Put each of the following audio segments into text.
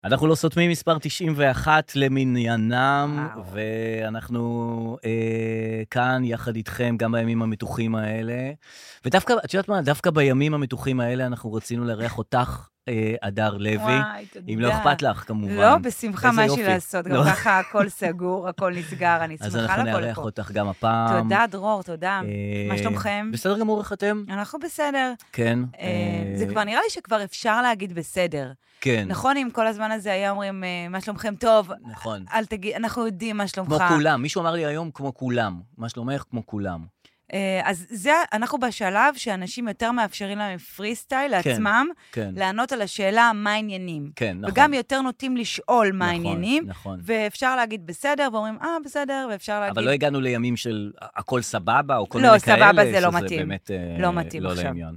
אנחנו לא סותמים מספר 91 למניינם, ואנחנו כאן יחד איתכם גם בימים המתוחים האלה. ודווקא, את יודעת מה, דווקא בימים המתוחים האלה אנחנו רצינו לארח אותך, אדר לוי. וואי, תודה. אם לא אכפת לך, כמובן. לא, בשמחה איזה משהו לעשות. גם ככה הכל סגור, הכל נסגר, אני שמחה לבוא לפה. אז אנחנו נארח אותך גם הפעם. תודה, דרור, תודה. מה שלומכם? בסדר גמור, איך אתם? אנחנו בסדר. כן. זה כבר נראה לי שכבר אפשר להגיד בסדר. כן. נכון, אם כל הזמן הזה היה אומרים, מה שלומכם טוב, נכון. אל תגיד, אנחנו יודעים מה שלומך. כמו כולם, מישהו אמר לי היום כמו כולם. מה שלומך כמו כולם. אז זה, אנחנו בשלב שאנשים יותר מאפשרים להם פרי סטייל לעצמם, לענות על השאלה מה העניינים. כן, נכון. וגם יותר נוטים לשאול מה העניינים. נכון. ואפשר להגיד בסדר, ואומרים, בסדר, ואפשר להגיד... אבל לא הגענו לימים של הכל סבבה, או כל לא, מיני כאלה. סבבה זה לא מתאים. באמת לא מתאים לא עכשיו. לעניין.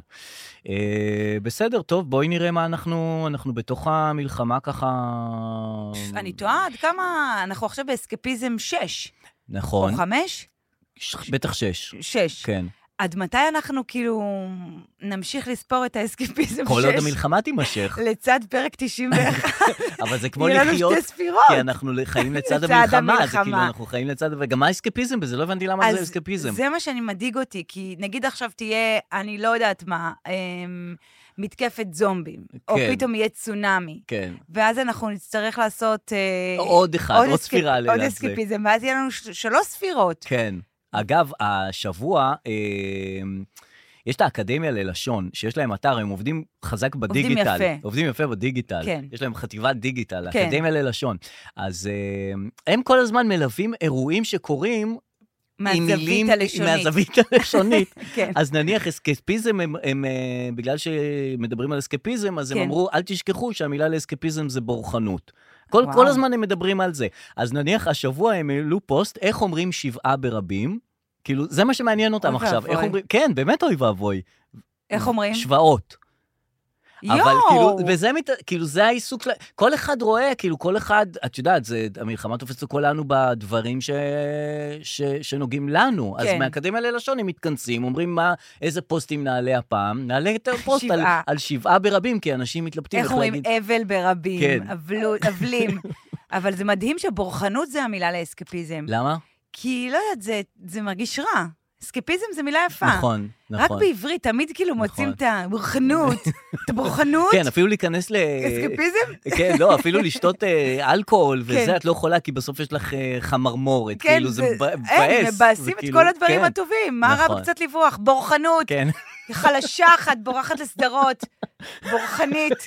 בסדר, טוב, בואי נראה מה אנחנו בתוך המלחמה ככה... אני טועה, עד כמה... אנחנו עכשיו באסקפיזם 6. נכון. או 5? בטח 6. 6. כן. עד מתי אנחנו כאילו נמשיך לספור את האסקפיזם 6? כל עוד המלחמה תימשך. לצד פרק 91. אבל זה כמו לחיות... לחיות, שתי ספירות. כי אנחנו חיים לצד המלחמה. זה כאילו אנחנו חיים לצד... וגם מה האסקפיזם? וזה לא הבנתי למה זה אסקפיזם. זה מה שאני מדאיג אותי, כי נגיד עכשיו תהיה, אני לא יודעת מה, מתקפת זומבים, או פתאום יהיה צונאמי. כן. ואז אנחנו נצטרך לעשות... עוד אחד, עוד ספירה. עוד אסקפיזם, ואז יהיה לנו 3 ספירות. כן. אגב, השבוע, יש את האקדמיה ללשון, שיש להם אתר, הם עובדים חזק בדיגיטל. עובדים יפה בדיגיטל. כן. יש להם חטיבת דיגיטל, האקדמיה ללשון. אז הם כל הזמן מלווים אירועים שקורים, מהזווית הלשונית. מהזווית הלשונית. כן. אז נניח אסקפיזם, הם, בגלל שמדברים על אסקפיזם, אז הם אמרו, אל תשכחו שהמילה לאסקפיזם זה בורחנות. כל הזמן הם מדברים על זה. אז נניח השבוע הם העלו פוסט, איך אומרים 7 ברבים? כאילו, זה מה שמעניין אותם עכשיו. איך אומרים, כן, באמת אוי ואבוי. איך אומרים? שבעות. אבל כאילו, זה העיסוק, כל אחד רואה, כאילו, כל אחד, את יודעת, המלחמה תופסת כולנו בדברים שנוגעים לנו. אז מהאקדמיה ללשון הם מתכנסים, אומרים איזה פוסטים נעלה הפעם, נעלה את הפוסט על 7 ברבים, כי אנשים מתלבטים. איך אומרים אבל ברבים, אבלים. אבל זה מדהים שבורחנות זה המילה לאסקפיזם. למה? כי לא יודעת, זה מרגיש רע. אסקפיזם זה מילה יפה. נכון. רק בעברית, תמיד כאילו מוצאים את הבורחנות. את הבורחנות. כן, אפילו להיכנס אסקפיזם? כן, לא, אפילו לשתות אלכוהול, וזה את לא יכולה, כי בסוף יש לך חמרמורת. כאילו זה מבאס. מבאסים את כל הדברים הטובים. מה רע בקצת לברוח? בורחנות. כן. חלשה אחת, בורחת לסדרות. בורחנית.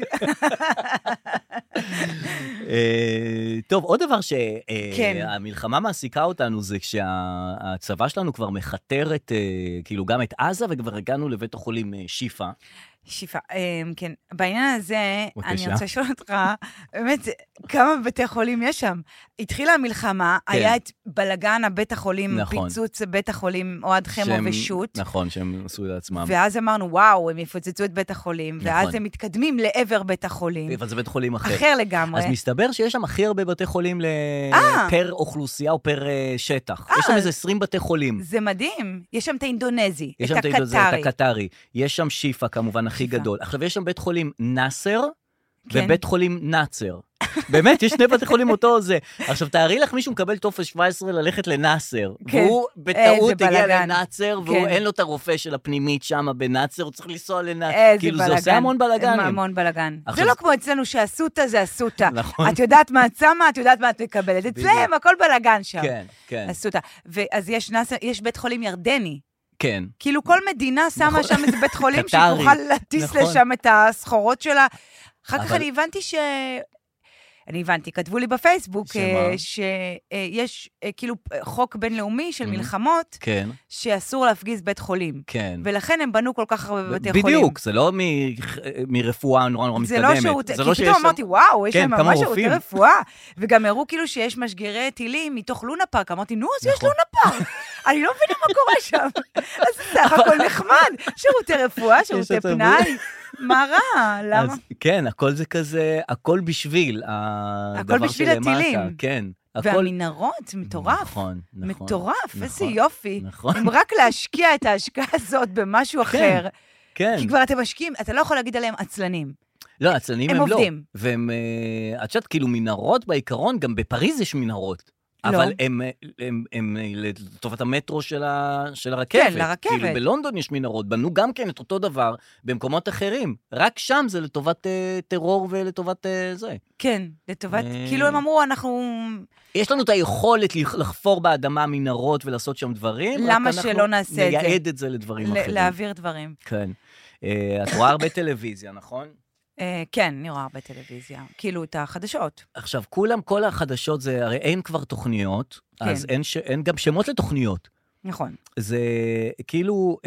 טוב, עוד דבר שהמלחמה מעסיקה אותנו, זה כשהצבא שלנו כבר מחתר כאילו גם את עזה, וכבר הגענו לבית החולים שיפה. שיפה, כן. בעניין הזה, אני רוצה לשאול אותך, באמת, כמה בתי חולים יש שם? התחילה המלחמה, היה את בלגן הבית החולים, פיצוץ בית החולים, אוהד חמו ושות. נכון, שהם עשו את עצמם. ואז אמרנו, וואו, הם יפוצצו את בית החולים, ואז הם מתקדמים לעבר בית החולים. אבל זה בית חולים אחר. אחר לגמרי. אז מסתבר שיש שם הכי הרבה בתי חולים פר אוכלוסייה או פר שטח. יש שם איזה 20 בתי חולים. זה מדהים. יש שם את האינדונזי, את הקטרי. יש שם שיפה, כמובן, הכי גדול. עכשיו, יש שם בית חולים נאסר, ובית חולים נאצר. באמת, יש 2 בתי חולים אותו זה. עכשיו, תארי לך מישהו מקבל טופס 17 ללכת לנאצר, והוא בטעות הגיע לנאצר, והוא אין לו את הרופא של הפנימית שם בנאצר, הוא צריך לנסוע לנאצר. כאילו, זה עושה המון בלגנים. המון בלגן. זה לא כמו אצלנו שהסוטה זה הסוטה. את יודעת מה את שמה, את יודעת מה את מקבלת. אצלם, הכל בלגן שם. כן, כן. הסוטה. ואז יש בית חולים ירדני. כן. כאילו כל מדינה שמה שם איזה בית חולים שתוכל להטיס לשם את הסחורות שלה. אחר כך אני הבנתי, כתבו לי בפייסבוק שיש כאילו חוק בינלאומי של מלחמות, שאסור להפגיז בית חולים. ולכן הם בנו כל כך הרבה בבתי חולים. בדיוק, זה לא מרפואה נורא מתקדמת. זה לא פתאום אמרתי, וואו, יש להם ממש שירותי רפואה. וגם הראו כאילו שיש משגרי טילים מתוך לונה פארק. אמרתי, נו, אז יש לונה פארק. אני לא מבינה מה קורה שם. אז סך הכל נחמד. שירותי רפואה, שירותי פנאי. מה רע? למה? כן, הכל זה כזה, הכל בשביל הכל בשביל הטילים. כן. והמנהרות, מטורף. נכון. מטורף, איזה יופי. אם רק להשקיע את ההשקעה הזאת במשהו אחר. כן. כי כבר אתם משקיעים, אתה לא יכול להגיד עליהם עצלנים. לא, עצלנים הם לא. הם עובדים. והם, את יודעת, כאילו מנהרות בעיקרון, גם בפריז יש מנהרות. אבל הם לטובת המטרו של הרכבת. כן, לרכבת. כאילו בלונדון יש מנהרות, בנו גם כן את אותו דבר במקומות אחרים. רק שם זה לטובת טרור ולטובת זה. כן, לטובת, כאילו הם אמרו, יש לנו את היכולת לחפור באדמה מנהרות ולעשות שם דברים. למה שלא נעשה את זה? נייעד את זה לדברים אחרים. להעביר דברים. כן. את רואה הרבה טלוויזיה, נכון? כן, אני רואה הרבה טלוויזיה. כאילו את החדשות. עכשיו, כל החדשות זה, הרי אין כבר תוכניות, אז אין גם שמות לתוכניות. נכון. זה כאילו,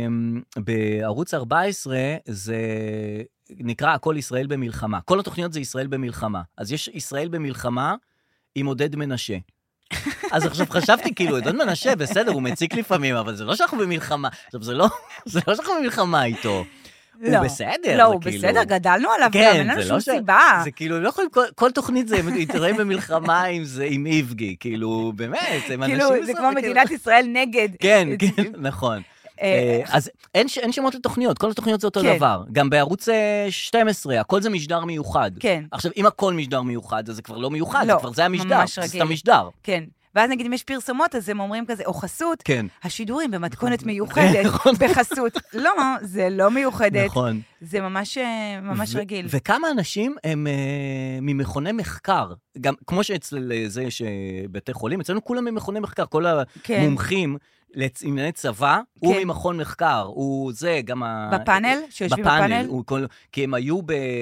בערוץ 14, זה נקרא הכל ישראל במלחמה. כל התוכניות זה ישראל במלחמה. אז יש ישראל במלחמה עם עודד מנשה. אז עכשיו חשבתי, כאילו, עודד מנשה, בסדר, הוא מציק לפעמים, אבל זה לא שאנחנו במלחמה. עכשיו, זה לא שאנחנו במלחמה איתו. הוא בסדר. לא, הוא בסדר, גדלנו עליו גם, אין לנו שום סיבה. זה כאילו, לא יכולים, כל תוכנית זה יתראה במלחמה עם איבגי, כאילו, באמת, הם אנשים... כאילו, זה כמו מדינת ישראל נגד. כן, נכון. אז אין שמות לתוכניות, כל התוכניות זה אותו דבר. גם בערוץ 12, הכל זה משדר מיוחד. כן. עכשיו, אם הכל משדר מיוחד, אז זה כבר לא מיוחד, זה כבר זה המשדר. ממש רגיל. זה המשדר. כן. ואז נגיד אם יש פרסומות, אז הם אומרים כזה, או חסות, כן. השידורים במתכונת מיוחדת, בחסות. לא, זה לא מיוחדת. נכון. זה ממש רגיל. וכמה אנשים הם ממכוני מחקר, גם כמו שאצל זה יש בתי חולים, אצלנו כולם ממכוני מחקר, כל המומחים, לענייני צבא, הוא ממכון מחקר, הוא זה, גם בפאנל? שיושבים בפאנל? כי הם היו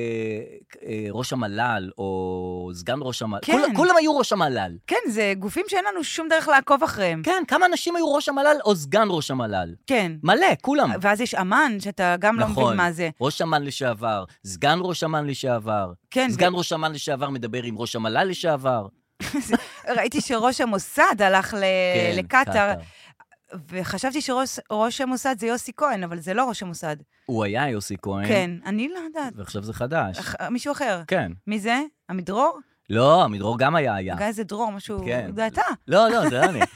בראש המל"ל, או סגן ראש המל"ל, כולם היו ראש המל"ל. כן, זה גופים שאין לנו שום דרך לעקוב אחריהם. כן, כמה אנשים היו ראש המל"ל, או סגן ראש המל"ל. כן. מלא, כולם. ואז יש אמן, שאתה גם לא מבין מה זה. ראש אמן לשעבר, סגן ראש אמן לשעבר. כן. סגן ראש אמן לשעבר מדבר עם ראש המל"ל לשעבר. ראיתי שראש המוסד הלך לקטר, וחשבתי שראש המוסד זה יוסי כהן, אבל זה לא ראש המוסד. הוא היה יוסי כהן. כן, אני לא יודעת. ועכשיו זה חדש. מישהו אחר. כן. מי זה? המדרור? לא, המדרור גם היה. אגב, זה דרור, משהו... כן. זה אתה. לא, זה אני.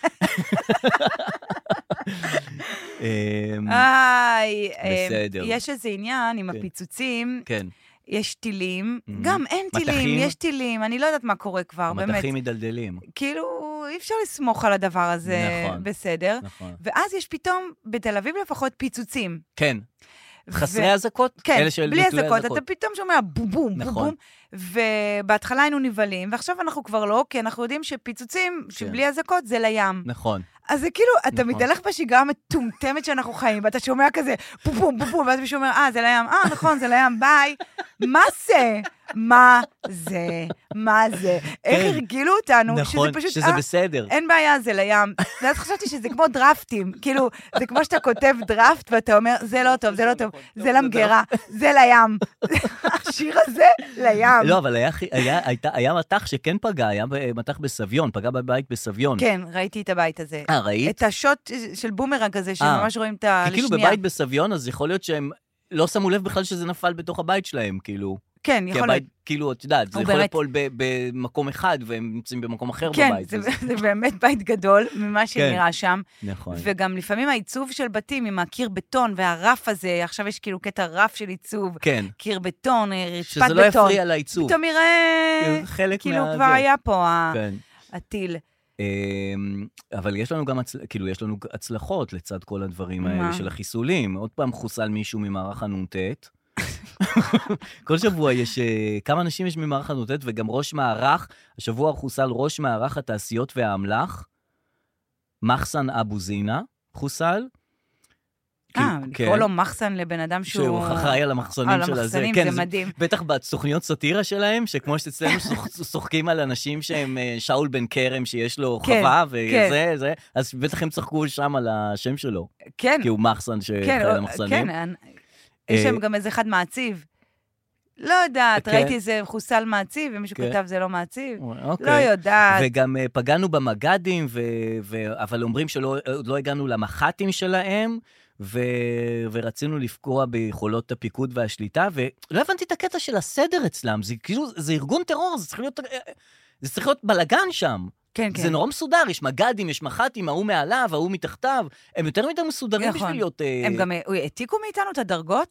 בסדר. יש איזה עניין עם הפיצוצים. כן. יש טילים, גם אין טילים, יש טילים, אני לא יודעת מה קורה כבר, באמת. מתחים מדלדלים. כאילו, אי אפשר לסמוך על הדבר הזה, בסדר. נכון. ואז יש פתאום, בתל אביב לפחות, פיצוצים. כן. חסרי הזקות? כן, בלי הזקות, אתה פתאום שומע בום בום בום בום, ובהתחלה היינו נבלים, ועכשיו אנחנו כבר לא, כי אנחנו יודעים שפיצוצים, שבלי הזקות זה לים. נכון. אז זה כאילו, אתה מתהלך בשגרה המטומטמת שאנחנו חיים, ואתה שומע כזה, בום בום בום בום, ואז מישהו אומר, זה לים, נכון, זה לים, ביי. מה זה? מה זה? איך הרגילו אותנו, נכון, שזה בסדר. אין בעיה, זה לים. ואז חשבתי שזה כמו דרפטים, כאילו, זה כמו שאתה כותב דרפט, ואתה אומר, זה לא טוב, זה לא טוב, זה למגרה, זה לים. השיר הזה, לים. לא, אבל היה מתח שכן פגע, היה מתח בסביון, פגע בבית בסביון. כן, ראיתי את הבית הזה. ראית? את השוט של בומרנג הזה, שממש רואים את השנייה. כאילו בבית בסביון, אז יכול להיות שהם לא שמו לב בכלל שזה נפל בתוך הבית שלהם, כאילו. כן, יכול להיות. כי הבית, כאילו, את יודעת, זה יכול לפעול במקום אחד, והם נמצאים במקום אחר בבית. כן, זה באמת בית גדול, ממה שנראה שם. נכון. וגם לפעמים העיצוב של בתים, עם הקיר בטון והרף הזה, עכשיו יש כאילו קטע רף של עיצוב. כן. קיר בטון, רצפת בטון. שזה לא יפריע לעיצוב. פתאום יראה, כאילו כבר היה פה הטיל. אבל יש לנו גם, כאילו, יש לנו הצלחות לצד כל הדברים האלה של החיסולים. עוד פעם חוסל מישהו ממערך הנ"ט. כל שבוע יש, כמה אנשים יש ממערך הנ"ט, וגם ראש מערך, השבוע חוסל ראש מערך התעשיות והאמל"ח, מחסן אבו זינה, חוסל. לקרוא לו מחסן לבן אדם שהוא אחראי על המחסנים של הזה. זה מדהים. בטח בתוכניות סאטירה שלהם, שכמו שאצלנו שוחקים על אנשים שהם שאול בן כרם, שיש לו חווה וזה, אז בטח הם צחקו שם על השם שלו. כן. כי הוא מחסן שאחראי על המחסנים. כן, יש שם גם איזה אחד מעציב. לא יודעת, ראיתי איזה חוסל מעציב, ומישהו כתב זה לא מעציב. לא יודעת. וגם פגענו במג"דים, אבל אומרים שעוד לא הגענו למח"טים שלהם, ורצינו לפגוע ביכולות הפיקוד והשליטה, ולא הבנתי את הקטע של הסדר אצלם, זה כאילו, זה ארגון טרור, זה צריך להיות בלגן שם. כן, כן. זה נורא מסודר, יש מג"דים, יש מח"טים, ההוא מעליו, ההוא מתחתיו, הם יותר מדי מסודרים בשביל להיות... הם גם העתיקו מאיתנו את הדרגות?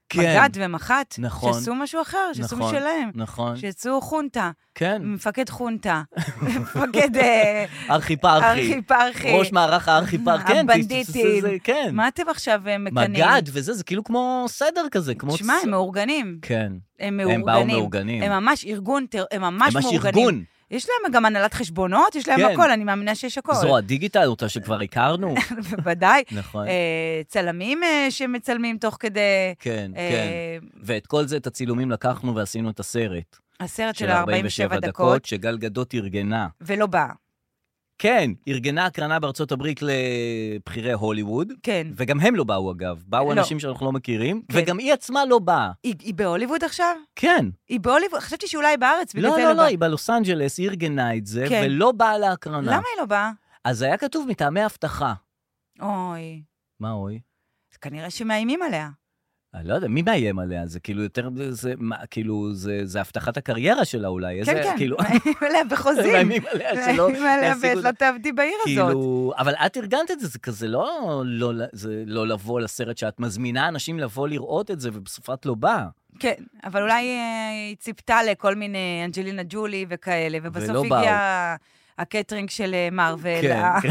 מגד ומח"ט, נכון. שעשו משהו אחר, שעשו משלהם. נכון. שעשו חונטה. כן. מפקד חונטה. מפקד... ארכי-פרחי. ראש מערך הארכי-פרחי. הבנדיטים. כן. מה אתם עכשיו מקנים? מגד וזה, זה כאילו כמו סדר כזה. תשמע, הם מאורגנים. כן. הם מאורגנים. הם ממש ארגון, הם ממש מאורגנים. יש להם גם הנהלת חשבונות, יש להם הכל, אני מאמינה שיש הכל. זו הדיגיטל אותה שכבר הכרנו. בוודאי. נכון. צלמים שמצלמים תוך כדי... כן, כן. ואת כל זה, את הצילומים לקחנו ועשינו את הסרט. הסרט של 47 דקות. שגל גדות ארגנה. ולא באה. כן, ארגנה הקרנה בארצות הברית לבחירי הוליווד. כן. וגם הם לא באו אגב. באו אנשים שאנחנו לא מכירים, כן. וגם היא עצמה לא באה. היא בהוליווד עכשיו? כן. היא בהוליווד? חשבתי שאולי בארץ, בגלל זה לא, לא, היא בלוס אנג'לס, היא ארגנה את זה, כן. ולא באה להקרנה. למה היא לא באה? אז היה כתוב מטעמי הבטחה. אוי. מה אוי? כנראה שמאיימים עליה. אני לא יודע, מי מאיים עליה? זה כאילו יותר, זה הבטחת הקריירה שלה אולי. כן, כן, מאיימים עליה בחוזים. מאיימים עליה שלא... מאיימים עליה ואת לא תעבדי בעיר הזאת. אבל את ארגנת את זה, זה כזה לא לבוא לסרט שאת מזמינה אנשים לבוא לראות את זה, ובסוף את לא באה. כן, אבל אולי היא ציפתה לכל מיני אנג'לינה ג'ולי וכאלה, ובסוף הגיע הקטרינג של מרוול. כן, כן.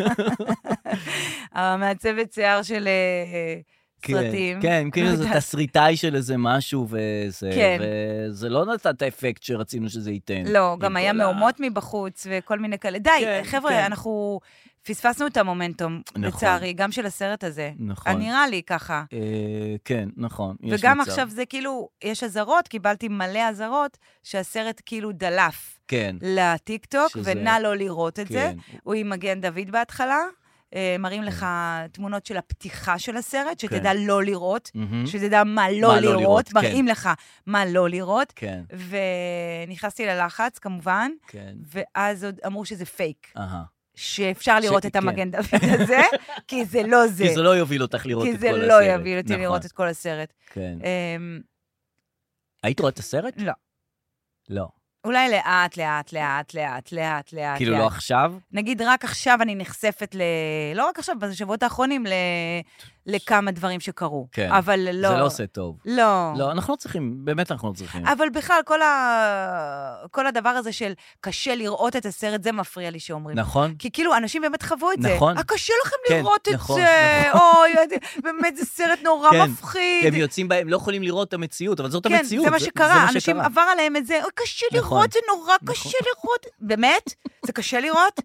המעצבת שיער של... סרטים. כן, כאילו זה תסריטאי של איזה משהו וזה לא נתן את האפקט שרצינו שזה ייתן. לא, גם היה מהומות מבחוץ וכל מיני כאלה. די, חבר'ה, אנחנו פספסנו את המומנטום, לצערי, גם של הסרט הזה. נכון. נראה לי ככה. כן, נכון. וגם עכשיו זה כאילו, יש עזרות, קיבלתי מלא עזרות, שהסרט כאילו דלף לטיק-טוק, ונא לא לראות את זה. הוא עם מגן דוד בהתחלה. מראים לך תמונות של הפתיחה של הסרט, שתדע לא לראות, שתדע מה לא לראות, מראים לך מה לא לראות, ונכנסתי ללחץ כמובן, ואז עוד אמרו שזה פייק. שאפשר לראות את המגן דוד הזה, כי זה לא זה. כי זה לא יוביל אותך לראות את כל הסרט. כי זה לא יוביל אותי לראות את כל הסרט. כן. היית רואה את הסרט? לא. לא. אולי לאט. כאילו לא עכשיו? נגיד רק עכשיו אני נחשפת לא רק עכשיו, בשבועות האחרונים, לכמה דברים שקרו. כן. אבל לא... זה לא עושה טוב. לא. לא, אנחנו לא צריכים, באמת אנחנו לא צריכים. אבל בכלל, כל הדבר הזה של קשה לראות את הסרט, זה מפריע לי שאומרים. נכון. כי כאילו, אנשים באמת חוו את זה. נכון. קשה לכם לראות את זה. אוי, באמת, זה סרט נורא מפחיד. הם יוצאים בהם, לא יכולים לראות את המציאות, אבל זאת המציאות. כן, זה מה שקרה. אנשים עבר עליהם את זה, קשה לראות, זה נורא קשה לראות. באמת? זה קשה לראות?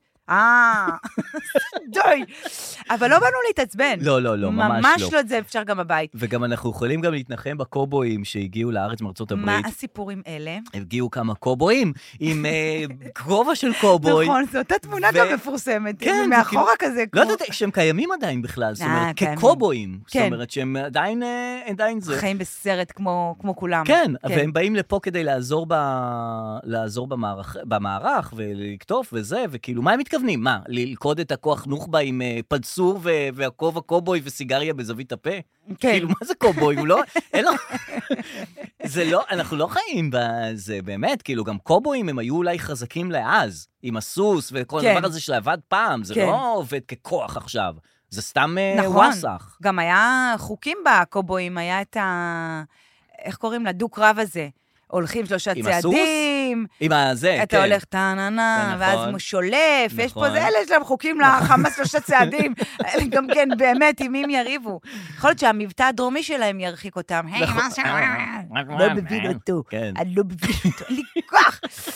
די. אבל לא באנו להתעצבן. לא, ממש לא. ממש לא את זה אפשר גם בבית. וגם אנחנו יכולים גם להתנחם בקובויים שהגיעו לארץ מארצות הברית. מה הסיפורים אלה? הגיעו כמה קובויים עם כובע של קובוי. נכון, זו אותה תמונה גם מפורסמת. כן. מאחורה כזה. לא יודעת שהם קיימים עדיין בכלל, זאת אומרת, כקובויים. זאת אומרת שהם עדיין זה. חיים בסרט כמו כולם. כן, והם באים לפה כדי לעזור במערך ולכתוב וזה, וכאילו, מה הם מתכוונים? מה, ללכוד את הכוח נוח'בה עם פלסור והכובע קובוי וסיגריה בזווית הפה? כן. כאילו, מה זה קובוי? הוא לא... זה לא, אנחנו לא חיים בזה, באמת, כאילו, גם קובויים הם היו אולי חזקים לאז, עם הסוס וכל הדבר הזה שעבד פעם, זה לא עובד ככוח עכשיו, זה סתם ווסח. גם היה חוקים בקובויים, היה את איך קוראים לדו-קרב הזה? הולכים 3 צעדים. עם הזה, כן. אתה הולך טה-נה-נה, ואז הוא שולף, יש פה זה, אלה יש להם חוקים לחמאס 3 צעדים. גם כן, באמת, עם מי יריבו. יכול להיות שהמבטא הדרומי שלהם ירחיק אותם. היי, מה זה? לא מבין אותו. אני לא מבין אותו. אין לי כוח.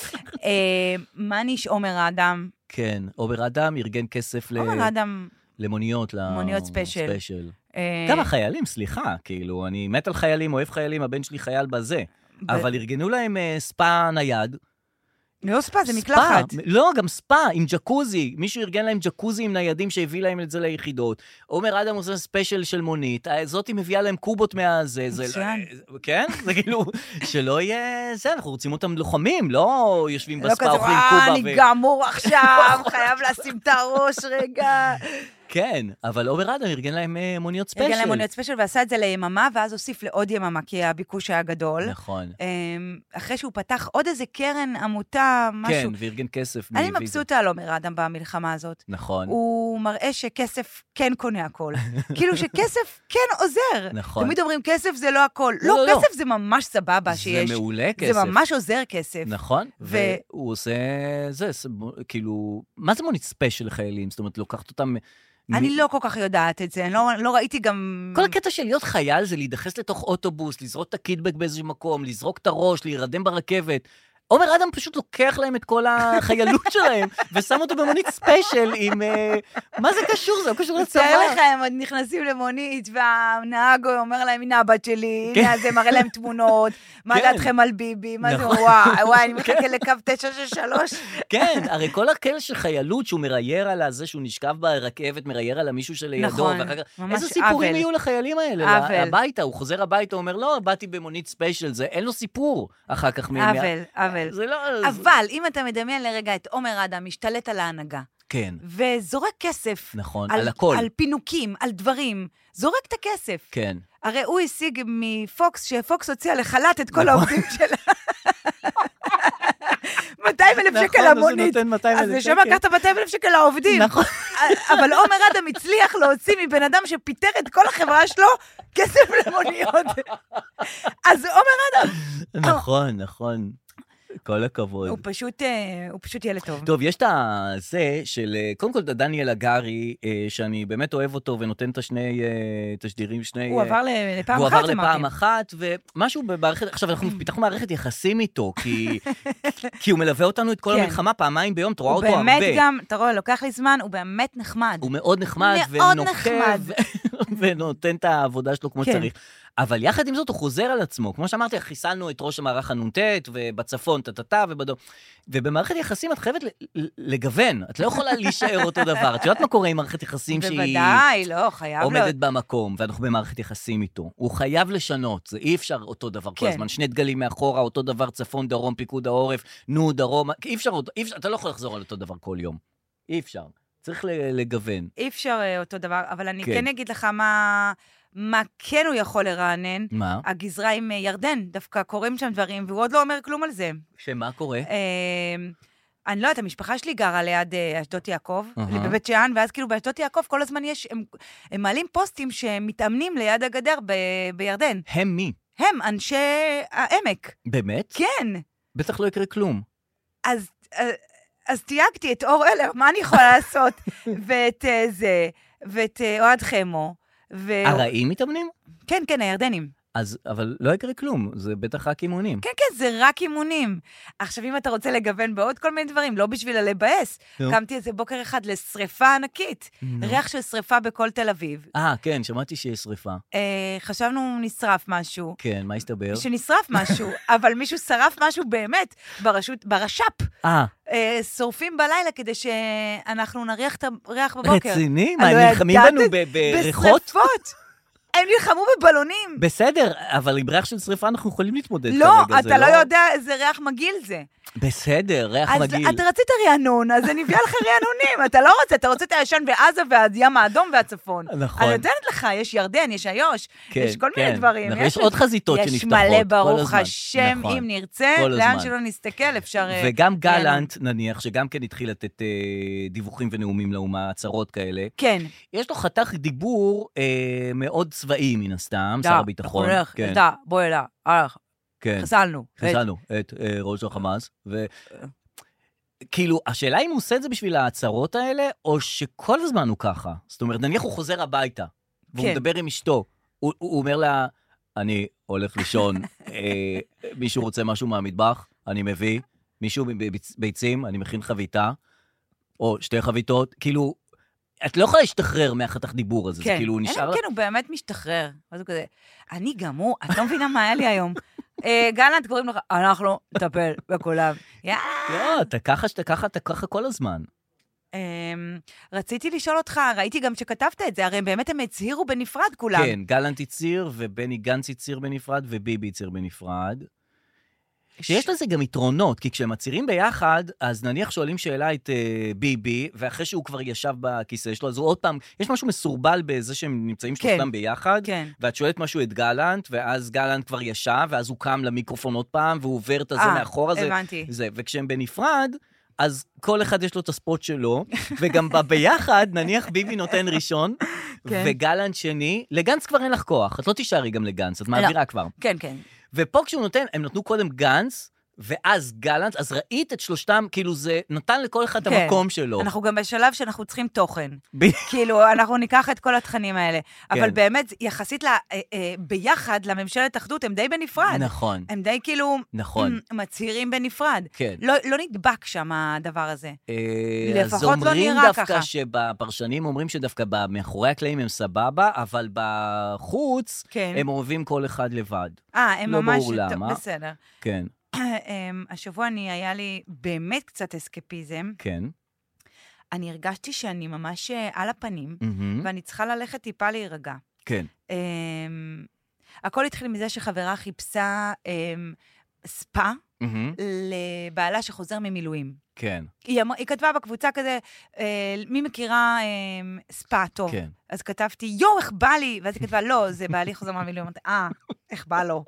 מה ניש עומר אדם? כן, עומר אדם ארגן כסף למוניות ספיישל. גם החיילים, סליחה, כאילו, אני מת על חיילים, אוהב חיילים, הבן שלי חייל בזה. אבל ארגנו להם ספה נייד. לא ספה, זה מקלחת. לא, גם ספה, עם ג'קוזי. מישהו ארגן להם ג'קוזי עם ניידים שהביא להם את זה ליחידות. עומר אדם עושה ספיישל של מונית, זאת היא מביאה להם קובות מהזה. כן? זה כאילו, שלא יהיה זה, אנחנו רוצים אותם לוחמים, לא יושבים בספה, אוכלים קובה. אני גמור עכשיו, חייב לשים את הראש רגע. כן, אבל עומר אדם ארגן להם מוניות ספיישל. ארגן להם מוניות ספיישל ועשה את זה ליממה, ואז הוסיף לעוד יממה, כי הביקוש היה גדול. נכון. אחרי שהוא פתח עוד איזה קרן, עמותה, משהו. כן, וארגן כסף. אני מבסוטה על עומר אדם במלחמה הזאת. נכון. הוא הוא מראה שכסף כן קונה הכל. כאילו שכסף כן עוזר. נכון. תמיד אומרים, כסף זה לא הכל. לא, כסף זה ממש סבבה שיש. זה מעולה כסף. זה ממש עוזר כסף. נכון, והוא עושה, זה, כאילו, מה זה מונית ספיישל לחיילים? זאת אומרת, לוקחת אותם... אני לא כל כך יודעת את זה, לא ראיתי גם... כל הקטע של להיות חייל זה להידחס לתוך אוטובוס, לזרוק את הקיטבק באיזשהו מקום, לזרוק את הראש, להירדם ברכבת. עומר אדם פשוט לוקח להם את כל החיילות שלהם, ושם אותו במונית ספיישל עם... מה זה קשור? זה לא קשור לצבא. תאר לך, הם עוד נכנסים למונית, והנהג אומר להם, הנה הבת שלי, הנה זה מראה להם תמונות, מה דעתכם על ביבי, מה זה, וואי, אני מחכה לקו 963. כן, הרי כל הקטע של חיילות, שהוא מראייר על זה שהוא נשכב ברכבת, מראייר על המישהו שלידו, נכון, ממש איזה סיפורים יהיו לחיילים האלה? הביתה, הוא חוזר הביתה, הוא אומר, לא, באתי במונית ספיישל, זה אין לו סיפור אחר כך. אבל אם אתה מדמיין לרגע את עומר אדם, משתלט על ההנהגה. כן. וזורק כסף. נכון, על הכל. על פינוקים, על דברים. זורק את הכסף. כן. הרי הוא השיג מפוקס, שפוקס הוציאה לחל"ת את כל העובדים שלה. 200,000 שקל למונית. אז לשם לקחת 200,000 שקל לעובדים. נכון. אבל עומר אדם הצליח להוציא מבן אדם שפיטר את כל החברה שלו כסף למוניות. אז עומר אדם... נכון. כל הכבוד. הוא פשוט ילד טוב. טוב, יש את זה של, קודם כל, דניאל הגרי, שאני באמת אוהב אותו, ונותן את השני תשדירים, הוא עבר לפעם אחת, הוא עבר לפעם אחת, ומשהו במערכת, עכשיו אנחנו פיתחנו מערכת יחסים איתו, כי הוא מלווה אותנו את כל המלחמה פעמיים ביום, אתה רואה אותו הרבה. הוא באמת גם, אתה רואה, לוקח לי זמן, הוא באמת נחמד. הוא מאוד נחמד, ונוקב, ונותן את העבודה שלו כמו צריך. אבל יחד עם זאת הוא חוזר על עצמו. כמו שאמרתי, חיסלנו את ראש המערך הנונטט, ובצפון טטטה ובדום. ובמערכת יחסים את חייבת לגוון. את לא יכולה להישאר אותו דבר. את יודעת מה קורה עם מערכת יחסים שהיא... בוודאי, לא, חייב להיות. עומדת במקום, ואנחנו במערכת יחסים איתו. הוא חייב לשנות, זה אי אפשר אותו דבר כל הזמן. שני דגלים מאחורה, אותו דבר צפון, דרום, פיקוד העורף, דרום, אי אפשר, אתה לא יכול לחזור על אותו דבר כל יום. אי אפשר. צריך לגוון. אי אפשר אותו דבר, אבל אני כן אגיד לך מה כן הוא יכול לרענן. מה? הגזרה עם ירדן, דווקא קוראים שם דברים, והוא עוד לא אומר כלום על זה. שמה קורה? אני לא יודעת, המשפחה שלי גרה ליד אשדות יעקב, בבית שאן, ואז כאילו באשדות יעקב כל הזמן הם מעלים פוסטים שמתאמנים ליד הגדר בירדן. הם מי? הם אנשי העמק. באמת? כן. בטח לא יקרה כלום. אז תייגתי את אור אלר, מה אני יכולה לעשות? ואת זה, ואת אוהד חמו. הרעים מתאמנים? כן, הירדנים. אז, אבל לא יקרה כלום, זה בטח רק אימונים. כן, זה רק אימונים. עכשיו, אם אתה רוצה לגוון בעוד כל מיני דברים, לא בשביל לבאס, קמתי איזה בוקר אחד לשריפה ענקית, ריח של שריפה בכל תל אביב. כן, שמעתי שיש שריפה. חשבנו נשרף משהו. כן, מה הסתבר? שנשרף משהו, אבל מישהו שרף משהו באמת, ברש"פ. שורפים בלילה כדי שאנחנו נריח את הריח בבוקר. רציני? מה, הם נלחמים בנו בריחות? בשריפות. הם נלחמו בבלונים. בסדר, אבל עם ריח של שריפה אנחנו יכולים להתמודד כרגע. לא, אתה לא יודע איזה ריח מגעיל זה. בסדר, ריח מגעיל. אז אתה רצית רענון, אז אני אביא לך רענונים. אתה לא רוצה, אתה רוצה את הישן ועזה והים האדום והצפון. נכון. אני נותנת לך, יש ירדן, יש איו"ש, יש כל מיני דברים. יש עוד חזיתות שנפתחות. יש מלא ברוך השם, אם נרצה, לאן שלא נסתכל, אפשר... וגם גלנט, נניח, שגם כן התחיל לתת דיווחים ונאומים לאומה, הצהרות כאלה. כן. יש לו חתך דיבור מאוד צבאי מן הסתם, שר הביטחון. בוא אליה, חסלנו את ראש החמאס, וכאילו, השאלה אם הוא עושה את זה בשביל ההצהרות האלה, או שכל הזמן הוא ככה. זאת אומרת, נניח הוא חוזר הביתה, והוא מדבר עם אשתו, הוא אומר לה, אני הולך לישון, מישהו רוצה משהו מהמטבח, אני מביא, מישהו ביצים, אני מכין חביתה, או שתי חביתות, כאילו, את לא יכולה להשתחרר מהחתך דיבור הזה, זה כאילו הוא נשאר... כן, הוא באמת משתחרר. אז הוא כזה, אני גם הוא, את לא מבינה מה היה לי היום. גלנט, קוראים לך, אנחנו נטפל בכולם. לא, אתה ככה כל הזמן. רציתי לשאול אותך, ראיתי גם שכתבת את זה, הרי באמת הם הצהירו בנפרד כולם. כן, גלנט הצהיר, ובני גנץ הצהיר בנפרד, וביבי הצהיר בנפרד. שיש לזה גם יתרונות, כי כשהם מצהירים ביחד, אז נניח שואלים שאלה את ביבי, ואחרי שהוא כבר ישב בכיסא שלו, אז הוא עוד פעם, יש משהו מסורבל בזה שהם נמצאים שלושתם ביחד, ואת שואלת משהו את גלנט, ואז גלנט כבר ישב, ואז הוא קם למיקרופון עוד פעם, והוא עובר את הזה מאחורה, הבנתי. וכשהם בנפרד, אז כל אחד יש לו את הספוט שלו, וגם ביחד, נניח ביבי נותן ראשון, וגלנט שני, לגנץ כבר אין לך כוח, את לא תישארי גם לגנץ, את מעבירה כבר. כן, כן. ופה כשהוא נותן, הם נתנו קודם גנץ, ואז גלנט, אז ראית את שלושתם, כאילו זה נתן לכל אחד את המקום שלו. אנחנו גם בשלב שאנחנו צריכים תוכן. כאילו, אנחנו ניקח את כל התכנים האלה. אבל באמת, יחסית ביחד לממשלת אחדות, הם די בנפרד. נכון. הם די כאילו מצהירים בנפרד. כן. לא נדבק שם הדבר הזה. לפחות לא נראה ככה. אז אומרים דווקא שבפרשנים אומרים שדווקא מאחורי הקלעים הם סבבה, אבל בחוץ הם אוהבים כל אחד לבד. הם ממש, בסדר. כן. השבוע היה לי באמת קצת אסקפיזם. כן. אני הרגשתי שאני ממש על הפנים, ואני צריכה ללכת טיפה להירגע. כן. הכל התחיל מזה שחברה חיפשה ספה לבעלה שחוזר ממילואים. כן. היא כתבה בקבוצה כזה, מי מכירה ספה טוב? כן. אז כתבתי, איך בא לי? ואז היא כתבה, לא, זה בעלי חוזר מהמילואים. אמרתי, איך בא לו?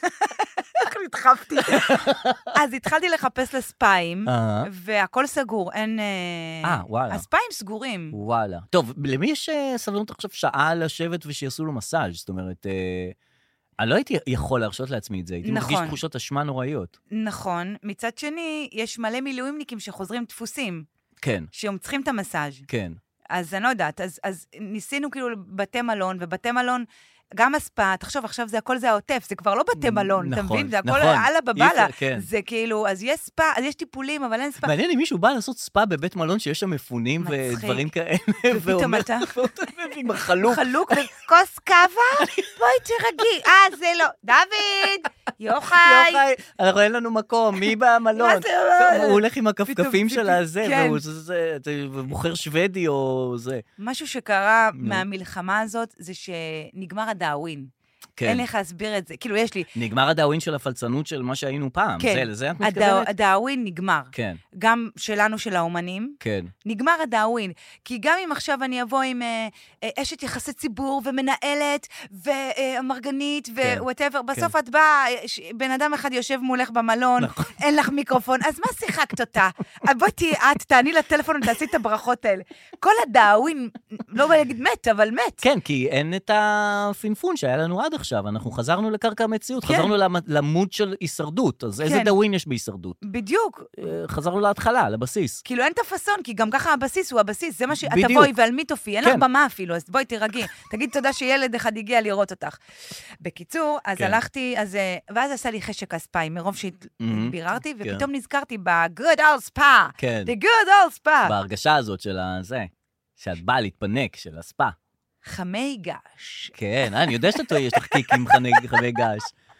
איך נדחפתי. אז התחלתי לחפש לספיים, והכל סגור, אין... וואלה. הספיים סגורים. וואלה. טוב, למי יש סבלנות עכשיו שעה לשבת ושיעשו לו מסאז'? זאת אומרת... אני לא הייתי יכול להרשות לעצמי את זה, הייתי מרגיש תחושות אשמה נוראיות. נכון. מצד שני, יש מלא מילואימניקים שחוזרים דפוסים. כן. שהם צריכים את המסאז'. כן. אז אני לא יודעת, אז ניסינו כאילו בתי מלון, ובתי מלון, גם הספה, תחשוב, עכשיו הכל זה העוטף, זה כבר לא בתי מלון, אתה מבין? זה הכל הלאה בבאללה. זה כאילו, אז יש ספה, אז יש טיפולים, אבל אין ספה. מעניין אם מישהו בא לעשות ספה בבית מלון שיש שם מפונים ודברים כאלה. ופתאום אתה... עם החלוק. חלוק, וכוס קווה, בואי תרגי. זה לא. דוד, יוחאי. אנחנו אין לנו מקום, מי במלון? הוא הולך עם הכפכפים של הזה, והוא מוכר שוודי או זה. משהו שקרה מהמלחמה הזאת, זה שנגמר הדאווין. כן. אין לך להסביר את זה. כאילו, יש לי... נגמר הדאווין של הפלצנות של מה שהיינו פעם. כן. לזה את מתכוונת? הדאווין נגמר. כן. גם שלנו, של האומנים. כן. נגמר הדאווין. כי גם אם עכשיו אני אבוא עם אשת יחסי ציבור, ומנהלת, ומרגנית, ווואטאבר, בסוף את באה, בן אדם אחד יושב מולך במלון, אין לך מיקרופון, אז מה שיחקת אותה? בואי את, תעני לטלפון ותעשי את הברכות האלה. כל הדאווין, לא להגיד מת, אבל מת. כן, כי אין את הפינפון שהיה לנו עד עכשיו, אנחנו חזרנו לקרקע המציאות, חזרנו למוד של הישרדות, אז איזה דאווין יש בהישרדות? בדיוק. חזרנו להתחלה, לבסיס. כאילו אין את הפסון, כי גם ככה הבסיס הוא הבסיס, זה מה שאת תבואי ועל מי תופיע, אין לך במה אפילו, אז בואי תירגעי, תגיד תודה שילד אחד הגיע לראות אותך. בקיצור, אז הלכתי, ואז עשה לי חשק הספיים, מרוב שהתביררתי, ופתאום נזכרתי ב-good old spa, the good old spa. בהרגשה הזאת של זה, שאת באה להתפנק, של הספה. חמי גש. כן, אני יודע שאתה טועה, יש לך קיק עם חמי גש.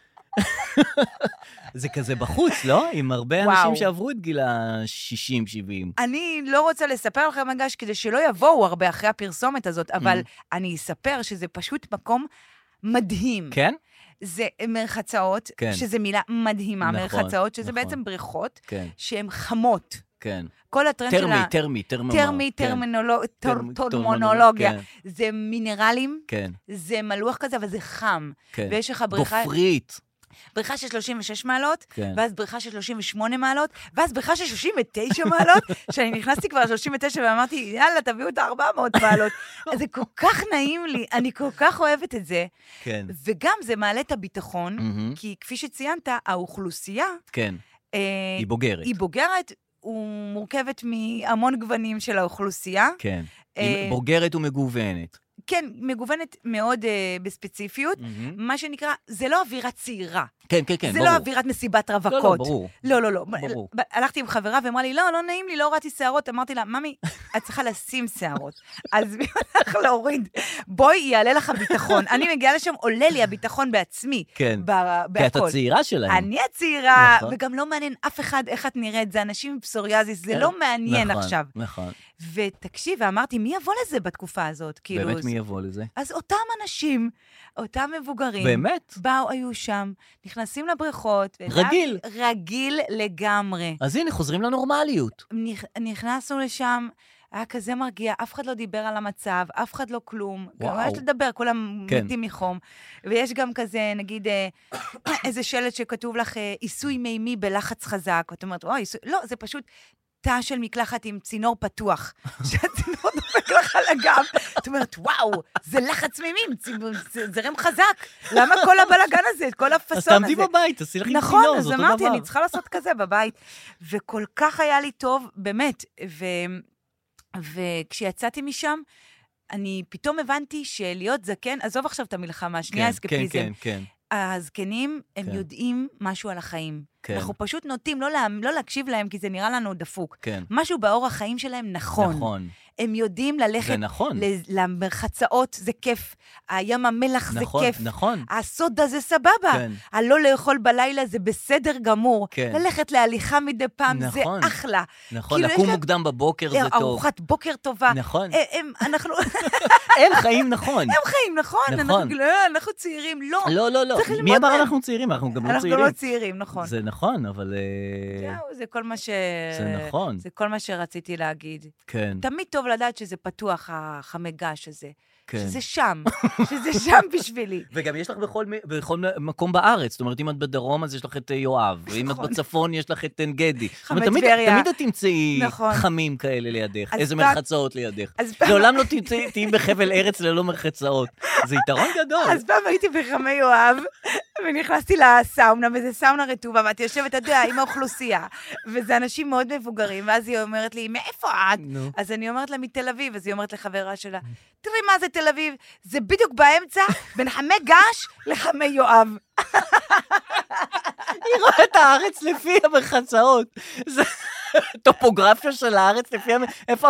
זה כזה בחוץ, לא? עם הרבה אנשים שעברו את גיל ה-60-70. אני לא רוצה לספר לכם מגש, כדי שלא יבואו הרבה אחרי הפרסומת הזאת, אבל אני אספר שזה פשוט מקום מדהים. כן? זה מרחצאות, שזה מילה מדהימה, מרחצאות, שזה בעצם בריכות, שהן חמות. כן. כל הטרנד שלה... טרמינולוגיה. זה מינרלים, זה מלוח כזה, אבל זה חם. ויש לך בריכה... גופרית. בריכה של 36 מעלות, ואז בריכה של 38 מעלות, ואז בריכה של 39 מעלות, שאני נכנסתי כבר ל-39 ואמרתי, יאללה, תביאו את 400 מעלות. אז זה כל כך נעים לי, אני כל כך אוהבת את זה. כן. וגם זה מעלה את הביטחון, כי כפי שציינת, האוכלוסייה... כן. היא בוגרת. היא בוגרת, הוא מורכבת מהמון גוונים של האוכלוסייה. כן. היא בוגרת ומגוונת. כן, מגוונת מאוד בספציפיות. מה שנקרא, זה לא אווירה צעירה. כן, כן, כן, זה ברור. לא אווירת מסיבת רווקות. לא, לא, ברור. לא, לא. ברור. הלכתי עם חברה ואמרה לי, לא נעים לי, לא ראיתי שערות. אמרתי לה, ממי, את צריכה לשים שערות. אז מי הולך להוריד? בואי, יעלה לך הביטחון. אני מגיעה לשם, עולה לי הביטחון בעצמי. כן. בהכל. כי את הצעירה שלהם. אני הצעירה, וגם לא מעניין אף אחד איך את נראית. זה אנשים עם פסוריאזיס, זה לא מעניין עכשיו. נכון. ותקשיב, ואמרתי, מי יבוא לזה בתקופה הזאת? באמת מי יבוא לזה? אז אותם אנשים, אותם מבוגרים, באמת? באו, היו שם, נכנסים לבריכות. רגיל. רגיל לגמרי. אז הנה, חוזרים לנורמליות. נכנסנו לשם, היה כזה מרגיע, אף אחד לא דיבר על המצב, אף אחד לא כלום. גם יש לדבר, כולם מתים מחום. ויש גם כזה, נגיד, איזה שלט שכתוב לך, עיסוי מימי בלחץ חזק. ואת אומרת, אוי, לא, זה פשוט תא של מקלחת עם צינור פתוח, שהצינור דופק לך על הגב, את אומרת, וואו, זה לחץ מימים, זרם חזק, למה כל הבלגן הזה, כל הפסון הזה? אז תעמדי בבית, תעשי לך עם צינור, נכון, אז אמרתי, אני צריכה לעשות כזה בבית, וכל כך היה לי טוב, באמת, וכשיצאתי משם, אני פתאום הבנתי שלהיות זקן, עזוב עכשיו את המלחמה, שנייה אסקפיזם. כן, כן. הזקנים, הם יודעים משהו על החיים. אנחנו פשוט נוטים לא להקשיב להם, כי זה נראה לנו דפוק. משהו באורח החיים שלהם נכון. נכון. הם יודעים ללכת למרחצאות, זה כיף. הים המלח זה כיף. נכון. הסודה זה סבבה. הלא לאכול בלילה זה בסדר גמור. ללכת להליכה מדי פעם זה אחלה. נכון, לקום מוקדם בבוקר זה טוב. ארוחת בוקר טובה. נכון. אנחנו... הם חיים נכון. הם חיים נכון. אנחנו צעירים, לא. לא. מי אמר אנחנו צעירים? אנחנו גם לא צעירים. אנחנו לא צעירים, נכון. זה נכון, אבל... זה כל מה ש... זה נכון. זה כל מה שרציתי להגיד. כן. תמיד טוב לדעת שזה פתוח, החמגש הזה. שזה שם בשבילי. וגם יש לך בכל מקום בארץ, זאת אומרת, אם את בדרום, אז יש לך את יואב, ואם את בצפון, יש לך את גדי. תמיד את תמצאי חמים כאלה לידך, איזה מרחצאות לידך. לעולם לא תהיי בחבל ארץ ללא מרחצאות. זה יתרון גדול. אז פעם הייתי בחמי יואב, ונכנסתי לסאונה, וזה סאונה רטובה, ואת יושבת, אתה יודע, עם האוכלוסייה, וזה אנשים מאוד מבוגרים, ואז היא אומרת לי, מאיפה את? אז אני אומרת לה, מתל אביב, אז היא אומרת לחברה שלה, תראי מה זה תל אביב, זה בדיוק באמצע, בין חמי גש לחמי יואב. היא רואה את הארץ לפי המרחצאות. זה טופוגרפיה של הארץ לפי איפה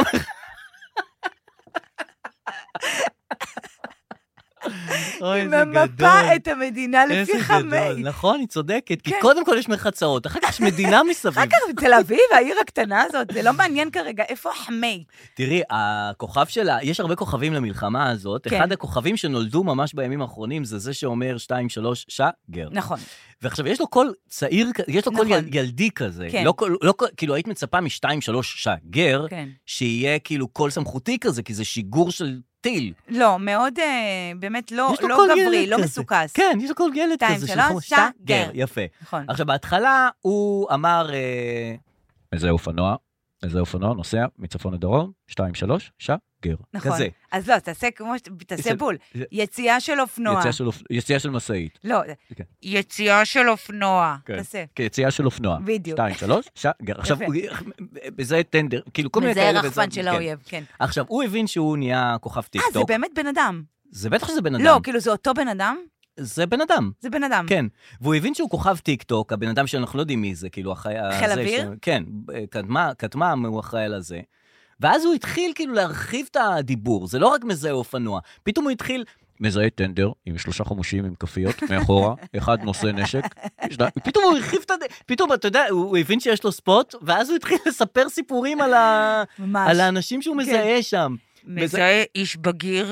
היא ממפה את המדינה לפי חמי. נכון, היא צודקת, כי קודם כל יש מרחצאות, אחר כך יש מדינה מסביב. אחר כך בתל אביב, העיר הקטנה הזאת, זה לא מעניין כרגע, איפה חמי? תראי, הכוכב שלה, יש הרבה כוכבים למלחמה הזאת, אחד הכוכבים שנולדו ממש בימים האחרונים, זה שאומר 2-3 שגר. נכון. ועכשיו, יש לו קול צעיר, יש לו קול ילדי כזה. כאילו, היית מצפה מ-2-3 שגר, שיהיה כאילו קול סמכותי כזה, כי זה שיגור של טיל. לא, מאוד, באמת לא גברי, לא מסוכס. כן, יש לו קול ילד כזה. 2-3 שגר. יפה. עכשיו, בהתחלה הוא אמר, איזה אופנוע נוסע מצפון לדרום, 2-3 שגר. נכון. כזה. אז לא, תעשה בול. יציאה של אופנוע. יציאה של מסעית. לא, יציאה של אופנוע. תעשה. יציאה של אופנוע. בדיוק. 2-3 שגר. עכשיו, בזה טנדר, כאילו כל מיני כאלה. זה רחפן של האויב, כן. עכשיו, הוא הבין שהוא נהיה כוכב טיקטוק. זה באמת בן אדם. זה בטח שזה בן אדם. לא, כאילו זה אותו בן אדם. זה בן אדם. זה בן אדם. כן. והוא הבין שהוא כוכב טיקטוק, הבן אדם שאנחנו לא יודעים מי זה, כאילו חיל אוויר? כן, כתמם הוא אחראי על הזה. ואז הוא התחיל כאילו להרחיב את הדיבור, זה לא רק מזהה אופנוע, פתאום הוא התחיל, מזהה טנדר עם 3 חמושים עם כפיות מאחורה, אחד נושא נשק, פתאום הוא הרחיב את פתאום אתה יודע, הוא הבין שיש לו ספוט, ואז הוא התחיל לספר סיפורים על האנשים שהוא מזהה שם. מזהה איש בגיר,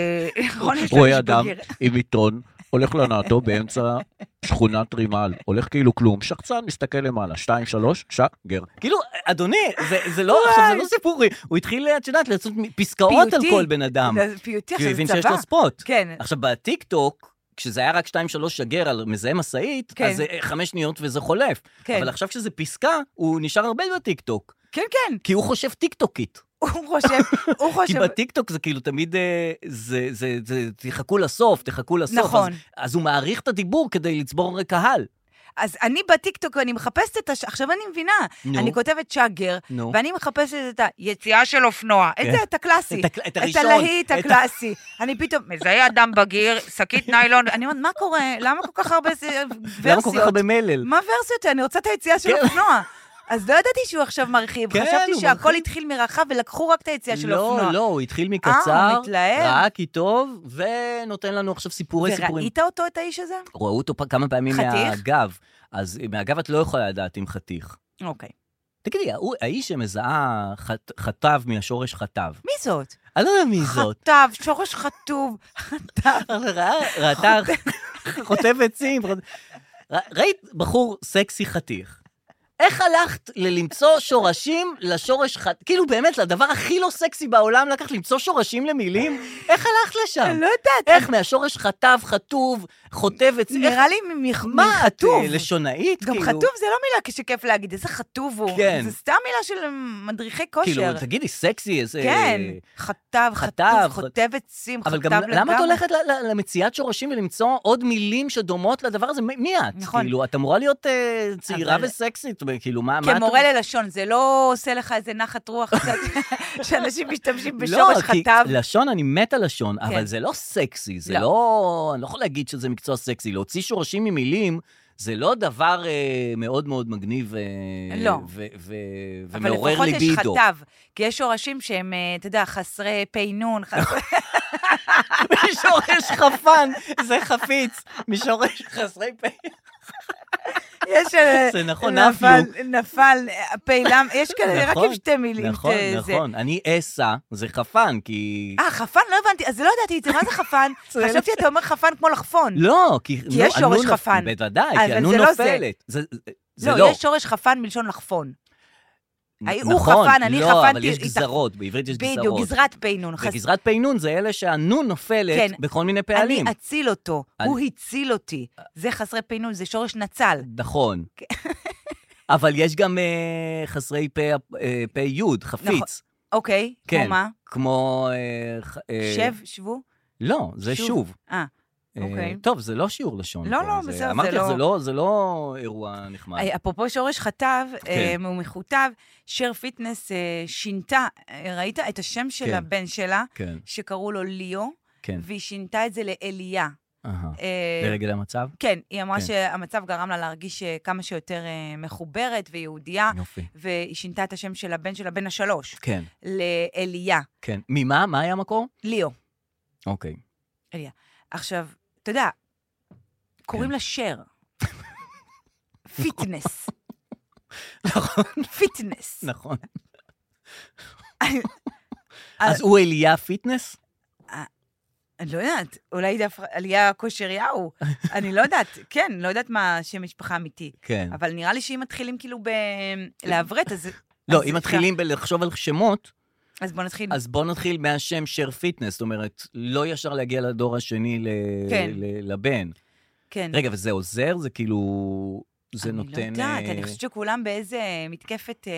רואה אדם עם עיתון, הולך לנעתו באמצע שכונת רימל, הולך כאילו כלום, שחצן מסתכל למעלה, 2-3 שגר. כאילו, אדוני, זה לא סיפורי, הוא התחיל, את יודעת, לעשות פסקאות על כל בן אדם. פיוטי, כי הוא הבין שיש לו ספוט. כן. עכשיו, בטיק-טוק, כשזה היה רק 2-3 שגר על מזהה מסעית, אז זה 5 שניות וזה חולף. אבל עכשיו כשזה פסקה, הוא נשאר הרבה בטיק-טוק. כן, כן. כי הוא חושב טיקטוקית. הוא חושב. כי בטיקטוק זה כאילו תמיד, תחכו לסוף. נכון. אז הוא מעריך את הדיבור כדי לצבור קהל. אז אני בטיקטוק, אני מחפשת עכשיו אני מבינה, אני כותבת שגר, ואני מחפשת את היציאה של אופנוע, את הקלאסי, את הלהיט הקלאסי. אני פתאום, מזהה אדם בגיר, שקית ניילון, אני אומרת, מה קורה? למה כל כך הרבה ורסיות? למה כל כך הרבה מלל? מה ורסיות? אני רוצה את היציאה של אופנוע. אז לא ידעתי שהוא עכשיו מרחיב, חשבתי שהכל התחיל מרחב ולקחו רק את היציאה של אופנוע. לא, הוא התחיל מקצר, ראה כי טוב, ונותן לנו עכשיו סיפורים. וראית אותו, את האיש הזה? ראו אותו כמה פעמים מהגב, אז מהגב את לא יכולה לדעת עם חתיך. אוקיי. תגידי, האיש שמזהה חטב מהשורש חטב. מי זאת? אני לא יודע מי זאת. חטב, שורש חטוב, חטב. ראתה חוטב עצים. ראית בחור סקסי חתיך. איך הלכת למצוא שורשים לשורש כאילו באמת, לדבר הכי לא סקסי בעולם, לקחת למצוא שורשים למילים? איך הלכת לשם? לא יודעת. איך מהשורש חטב, חטוב, חוטבת? נראה לי מחטוב. מה, את לשונאית? גם חטוב זה לא מילה שכיף להגיד, איזה חטוב הוא. זה סתם מילה של מדריכי כושר. כאילו, תגידי, סקסי, איזה... כן, חטב, חטוב, חוטבת שים, חטב לגמרי. אבל גם למה את הולכת למציאת שורשים ולמצוא עוד מילים שדומות לדבר הזה? מי את? נכון. כאילו, את אמורה להיות צעירה וסקסית, כאילו, מה... כמורה ללשון, זה לא עושה לך איזה נחת רוח שאנשים משתמשים בשורש חטב. לא, כי לשון, אני מת על לשון, אבל זה לא סקסי, זה לא... אני לא יכול להגיד שזה מקצוע סקסי, להוציא שורשים ממילים, זה לא דבר מאוד מאוד מגניב ומעורר ליבידו. אבל לפחות יש חטב, כי יש שורשים שהם, אתה יודע, חסרי פינון, משורש חפן, זה חפיץ, משורש חסרי פינון. זה נכון, נפל, פעילם, יש כאלה, רק עם שתי מילים. נכון, אני אסה, זה חפן, כי... חפן, לא הבנתי, אז לא ידעתי את זה, מה זה חפן? חשבתי אתה אומר חפן כמו לחפון. לא, כי יש שורש חפן. בוודאי, כי ענו נופלת. לא, יש שורש חפן מלשון לחפון. הוא חפן, אני חפנתי... לא, אבל יש גזרות, בעברית יש גזרות. בדיוק, גזרת פינון. וגזרת פינון זה אלה שהנון נופלת בכל מיני פעלים. אני אציל אותו, הוא הציל אותי. זה חסרי פינון, זה שורש נצל. נכון. אבל יש גם חסרי פה יוד, חפיץ. אוקיי, כמו מה? כמו... שבו? לא, זה שוב. אוקיי. טוב, זה לא שיעור לשון. לא, בסדר, זה לא... אמרתי לך, זה לא אירוע נחמד. אפרופו שורש חטב, הוא מכותב, שר פיטנס שינתה, ראית את השם של הבן שלה, שקראו לו ליאו, והיא שינתה את זה לאליה. לרגל המצב? כן, היא אמרה שהמצב גרם לה להרגיש כמה שיותר מחוברת ויהודיה, והיא שינתה את השם של הבן שלה, בן השלוש, לאליה. כן. ממה? מה היה המקור? ליאו. אוקיי. אליה. עכשיו, אתה יודע, קוראים לה שר. פיטנס. נכון. פיטנס. נכון. אז הוא אליה פיטנס? אני לא יודעת, אולי אליה כושריהו. אני לא יודעת, כן, לא יודעת מה שם משפחה אמיתי. כן. אבל נראה לי שאם מתחילים כאילו לעברת, אז... לא, אם מתחילים לחשוב על שמות, אז בוא נתחיל מהשם שר פיטנס, זאת אומרת, לא ישר להגיע לדור השני לבן. כן. רגע, וזה עוזר? זה כאילו, זה נותן... אני לא יודעת, אני חושבת שכולם באיזה מתקפת...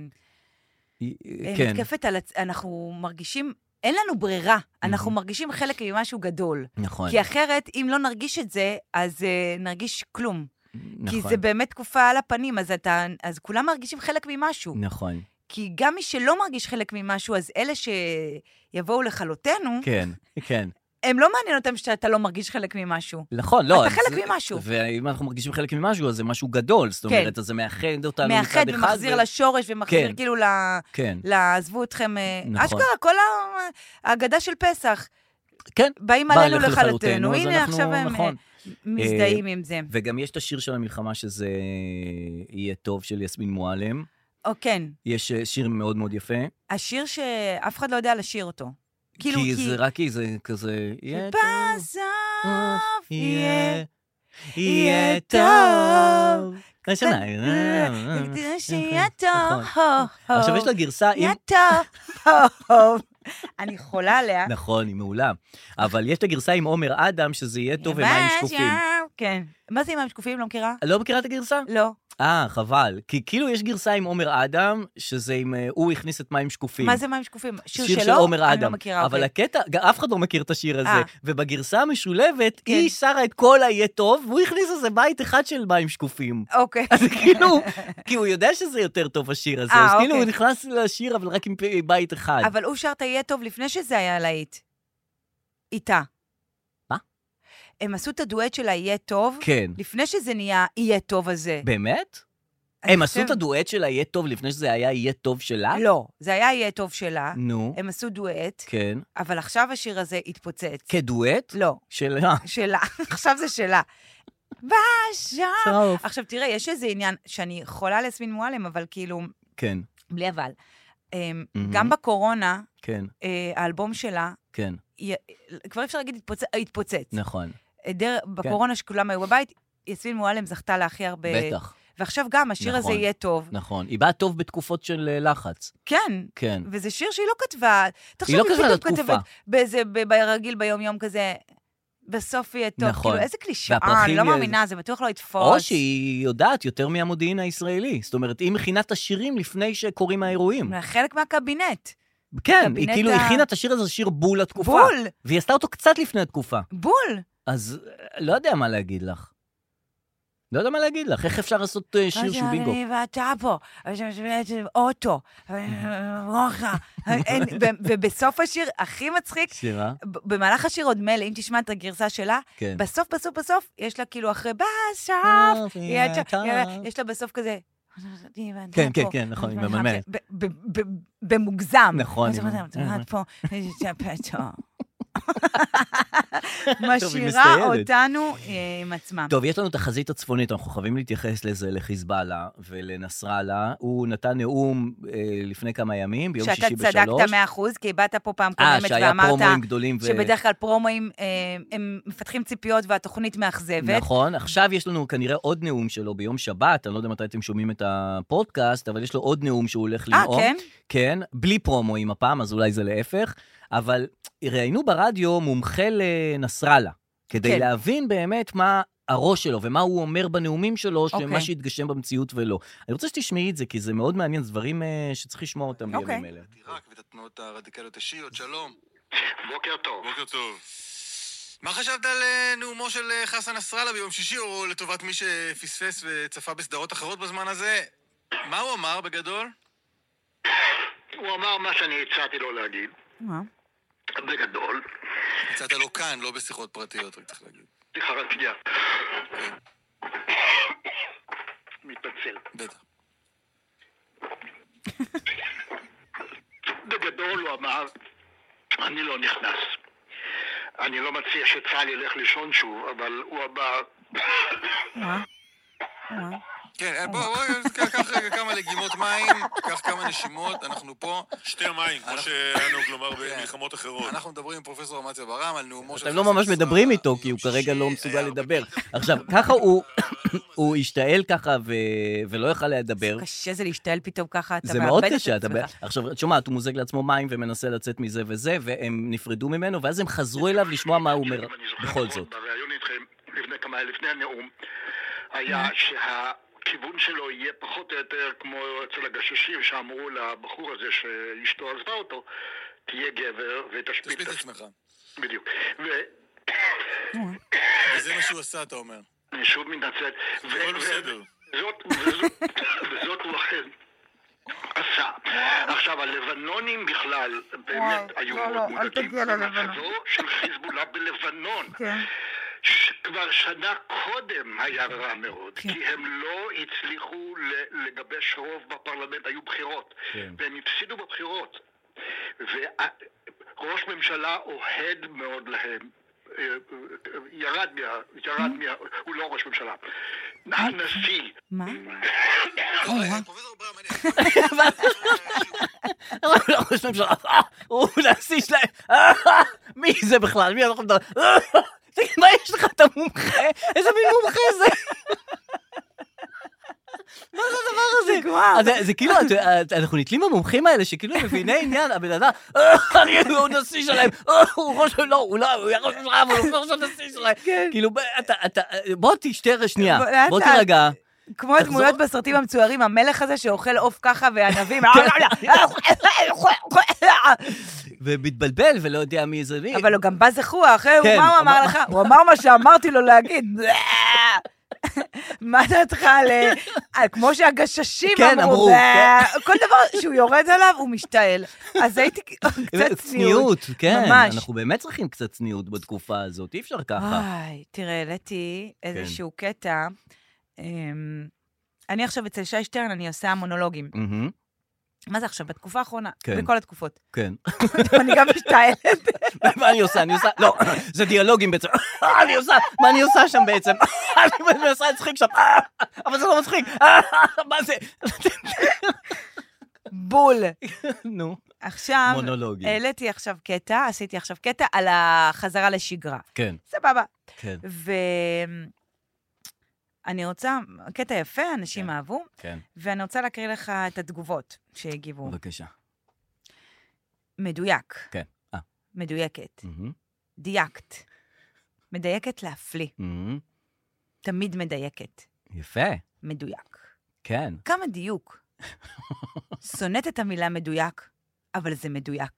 מתקפת על... אנחנו מרגישים... אין לנו ברירה, אנחנו מרגישים חלק ממשהו גדול. נכון. כי אחרת, אם לא נרגיש את זה, אז נרגיש כלום. נכון. כי זה באמת תקופה על הפנים, אז כולם מרגישים חלק ממשהו. נכון. כי גם מי שלא מרגיש חלק ממשהו, אז אלה שיבואו לכלותנו, כן, כן. הם לא מעניין אותם שאתה לא מרגיש חלק ממשהו. נכון, לא. אתה חלק ממשהו. ואם אנחנו מרגישים חלק ממשהו, אז זה משהו גדול, זאת אומרת, אז זה מאחד אותנו מצד אחד. מאחד ומחזיר לשורש, ומחזיר כאילו לעזבו אתכם. אשכרה, כל ההגדה של פסח. כן. באים עלינו לכלותנו, הנה עכשיו הם מזדהים עם זה. וגם יש את השיר של המלחמה, שזה יהיה טוב, של יסמין מועלם. כן. יש שיר מאוד מאוד יפה. השיר שאף אחד לא יודע לשיר אותו. כי זה רק זה כזה... בסוף יהיה טוב. שיהיה טוב. עכשיו יש לה גרסה... יהיה טוב. אני חולה עליה. נכון, היא מעולה. אבל יש לה גרסה עם עומר אדם, שזה יהיה טוב ומים שקופים. כן. מה זה עם מים שקופים? לא מכירה? לא מכירה את הגרסה? לא. חבל. כי כאילו יש גרסה עם עומר אדם, שזה עם, הוא הכניס את מים שקופים. מה זה מים שקופים? שיר של שלו? עומר אני אדם. לא מכירה. אבל הקטע, אף אחד לא מכיר את השיר הזה. ובגרסה המשולבת, היא שרה את כל היהיה טוב, והוא הכניס איזה בית אחד של מים שקופים. אוקיי. אז כאילו, כי הוא יודע שזה יותר טוב השיר הזה. אז כאילו הוא נכנס לשיר, אבל רק עם בית אחד. אבל הוא שר את היהיה טוב לפני שזה היה להיט. איתה. הם עשו את הדואט של היהיה טוב, כן. לפני שזה נהיה יהיה טוב הזה. באמת? הם עשו את הדואט של היהיה טוב לפני שזה היה יהיה טוב שלה? לא, זה היה יהיה טוב שלה. נו. הם עשו דואט. כן. אבל עכשיו השיר הזה התפוצץ. כדואט? לא. שלה. שלה. עכשיו זה שלה. בשעה. עכשיו תראה, יש איזה עניין שאני יכולה להסמין מועלם, אבל כאילו... כן. בלי אבל. גם בקורונה, כן. האלבום שלה, כן. כבר אפשר להגיד התפוצץ. נכון. בקורונה שכולם היו בבית, יסמין מועלם זכתה להכי הרבה... בטח. ועכשיו גם השיר הזה יהיה טוב. נכון, היא באה טוב בתקופות של לחץ. כן, וזה שיר שהיא לא כתבה. היא לא כתבה לתקופה. ברגיל ביום-יום כזה, בסוף יהיה טוב. כאילו, איזה קלישאה, אני לא מאמינה, זה בטוח לא יתפוס. או שהיא יודעת יותר מהמודיעין הישראלי. זאת אומרת, היא מכינה את השירים לפני שקורים האירועים. חלק מהקבינט. כן, היא כאילו הכינה את השיר הזה, שיר בול לתקופה. בול. והיא עשתה אותו קצת לפני התקופה. בול. אז לא יודע מה להגיד לך. איך אפשר לעשות שיר שהוא בינגו? אני ואתה פה, אוטו, ובסוף השיר הכי מצחיק, במהלך השיר עוד מלא, אם תשמע את הגרסה שלה, בסוף, יש לה כאילו אחרי בסוף, יש לה בסוף כזה, כן, נכון, היא ממלמלת. במוגזם. נכון. משאירה אותנו עם עצמם. טוב, יש לנו את החזית הצפונית, אנחנו חייבים להתייחס לזה, לחיזבאללה ולנסראללה. הוא נתן נאום לפני כמה ימים, ביום שישי ב-3. שאתה צדקת 100%, כי באת פה פעם קודמת ואמרת שבדרך כלל פרומואים הם מפתחים ציפיות והתוכנית מאכזבת. נכון, עכשיו יש לנו כנראה עוד נאום שלו ביום שבת, אני לא יודע מתי אתם שומעים את הפודקאסט, אבל יש לו עוד נאום שהוא הולך לנאום. כן? כן, בלי פרומואים הפעם, אז אולי זה להפך. אבל ראיינו ברדיו מומחה לנסראללה, כדי להבין באמת מה הראש שלו, ומה הוא אומר בנאומים שלו, שמה שהתגשם במציאות ולא. אני רוצה שתשמעי את זה, כי זה מאוד מעניין, זה דברים שצריך לשמוע אותם בימים אלה. עיראק ואת התנועות הרדיקליות השיעיות, שלום. בוקר טוב. בוקר טוב. מה חשבת על נאומו של חסן נסראללה ביום שישי, או לטובת מי שפספס וצפה בסדרות אחרות בזמן הזה? מה הוא אמר בגדול? הוא אמר מה שאני הצעתי לו להגיד. מה? בגדול. הצעת לו כאן, לא בשיחות פרטיות, רק צריך להגיד. סליחה, רק שנייה. מתנצל. בטח. בגדול הוא אמר, אני לא נכנס. אני לא מציע שצה"ל ילך לישון שוב, אבל הוא אמר... כן, בוא, קח כמה לגימות מים, קח כמה נשימות, אנחנו פה. שתי מים, כמו שהיה נהוג לומר במלחמות אחרות. אנחנו מדברים עם פרופסור אמציה ברם על נאומו של... אתם לא ממש מדברים איתו, כי הוא כרגע לא מסוגל לדבר. עכשיו, ככה הוא השתעל ככה ולא יכל לדבר. קשה זה להשתעל פתאום ככה, אתה זה מאוד קשה. עכשיו, את שומעת, הוא מוזג לעצמו מים ומנסה לצאת מזה וזה, והם נפרדו ממנו, ואז הם חזרו אליו לשמוע מה הוא אומר בכל זאת. בריאיון איתכם, לפני הנאום, היה הכיוון שלו יהיה פחות או יותר כמו אצל הגששים שאמרו לבחור הזה שאשתו עזבה אותו, תהיה גבר ותשפיט את עצמך. בדיוק. וזה מה שהוא עשה, אתה אומר. אני שוב מתנצל. הכל בסדר. וזאת הוא אכן עשה. עכשיו, הלבנונים בכלל באמת היו מאוד מודאגים במצבו של חיזבאללה בלבנון. כבר שנה קודם היה רע מאוד, כי הם לא הצליחו לגבש רוב בפרלמנט, היו בחירות, והם הפסידו בבחירות. וראש ממשלה אוהד מאוד להם, ירד הוא לא ראש ממשלה, הנשיא. מה? פרופסור ברם, ראש ממשלה, הוא נשיא שלהם, מי זה בכלל? מי אנחנו מדברים? מה יש לך את המומחה? איזה מין מומחה זה? מה זה הדבר הזה? זה כאילו, אנחנו נתלים במומחים האלה שכאילו מביני עניין, הבן אדם, הוא נשיא שלהם, הוא ראש, לא, הוא היה ראש ממשלה, אבל הוא ראש הנשיא שלהם. כאילו, בוא תשתר שנייה, בוא תירגע. כמו הדמויות בסרטים המצוירים, המלך הזה שאוכל עוף ככה והענבים, ומתבלבל ולא יודע מי זה מי. אבל הוא גם בא זכוח, מה הוא אמר לך? הוא אמר מה שאמרתי לו להגיד. מה דעתך כמו שהגששים אמרו, כל דבר שהוא יורד עליו הוא משתעל. אז הייתי קצת צניעות. כן, אנחנו באמת צריכים קצת צניעות בתקופה הזאת, אי אפשר ככה. תראה, העליתי איזשהו קטע, אני עכשיו אצל שי שטרן, אני עושה מונולוגים. מה זה עכשיו? בתקופה האחרונה? בכל התקופות. כן. אני גם משתעלת. מה אני עושה? לא, זה דיאלוגים בעצם. מה אני עושה שם בעצם? אני מנסה לצחיק שם. אבל זה לא מצחיק. מה זה? בול. נו. עכשיו, מונולוגים. העליתי עכשיו קטע, עשיתי עכשיו קטע על החזרה לשגרה. כן. סבבה. כן. אני רוצה, קטע יפה, אנשים אהבו, כן. ואני רוצה להקריא לך את התגובות שהגיבו. בבקשה. מדויק. כן. מדויקת. דייקת. מדייקת להפליא. תמיד מדייקת. יפה. מדויק. כן. כמה דיוק. שונאת את המילה מדויק, אבל זה מדויק.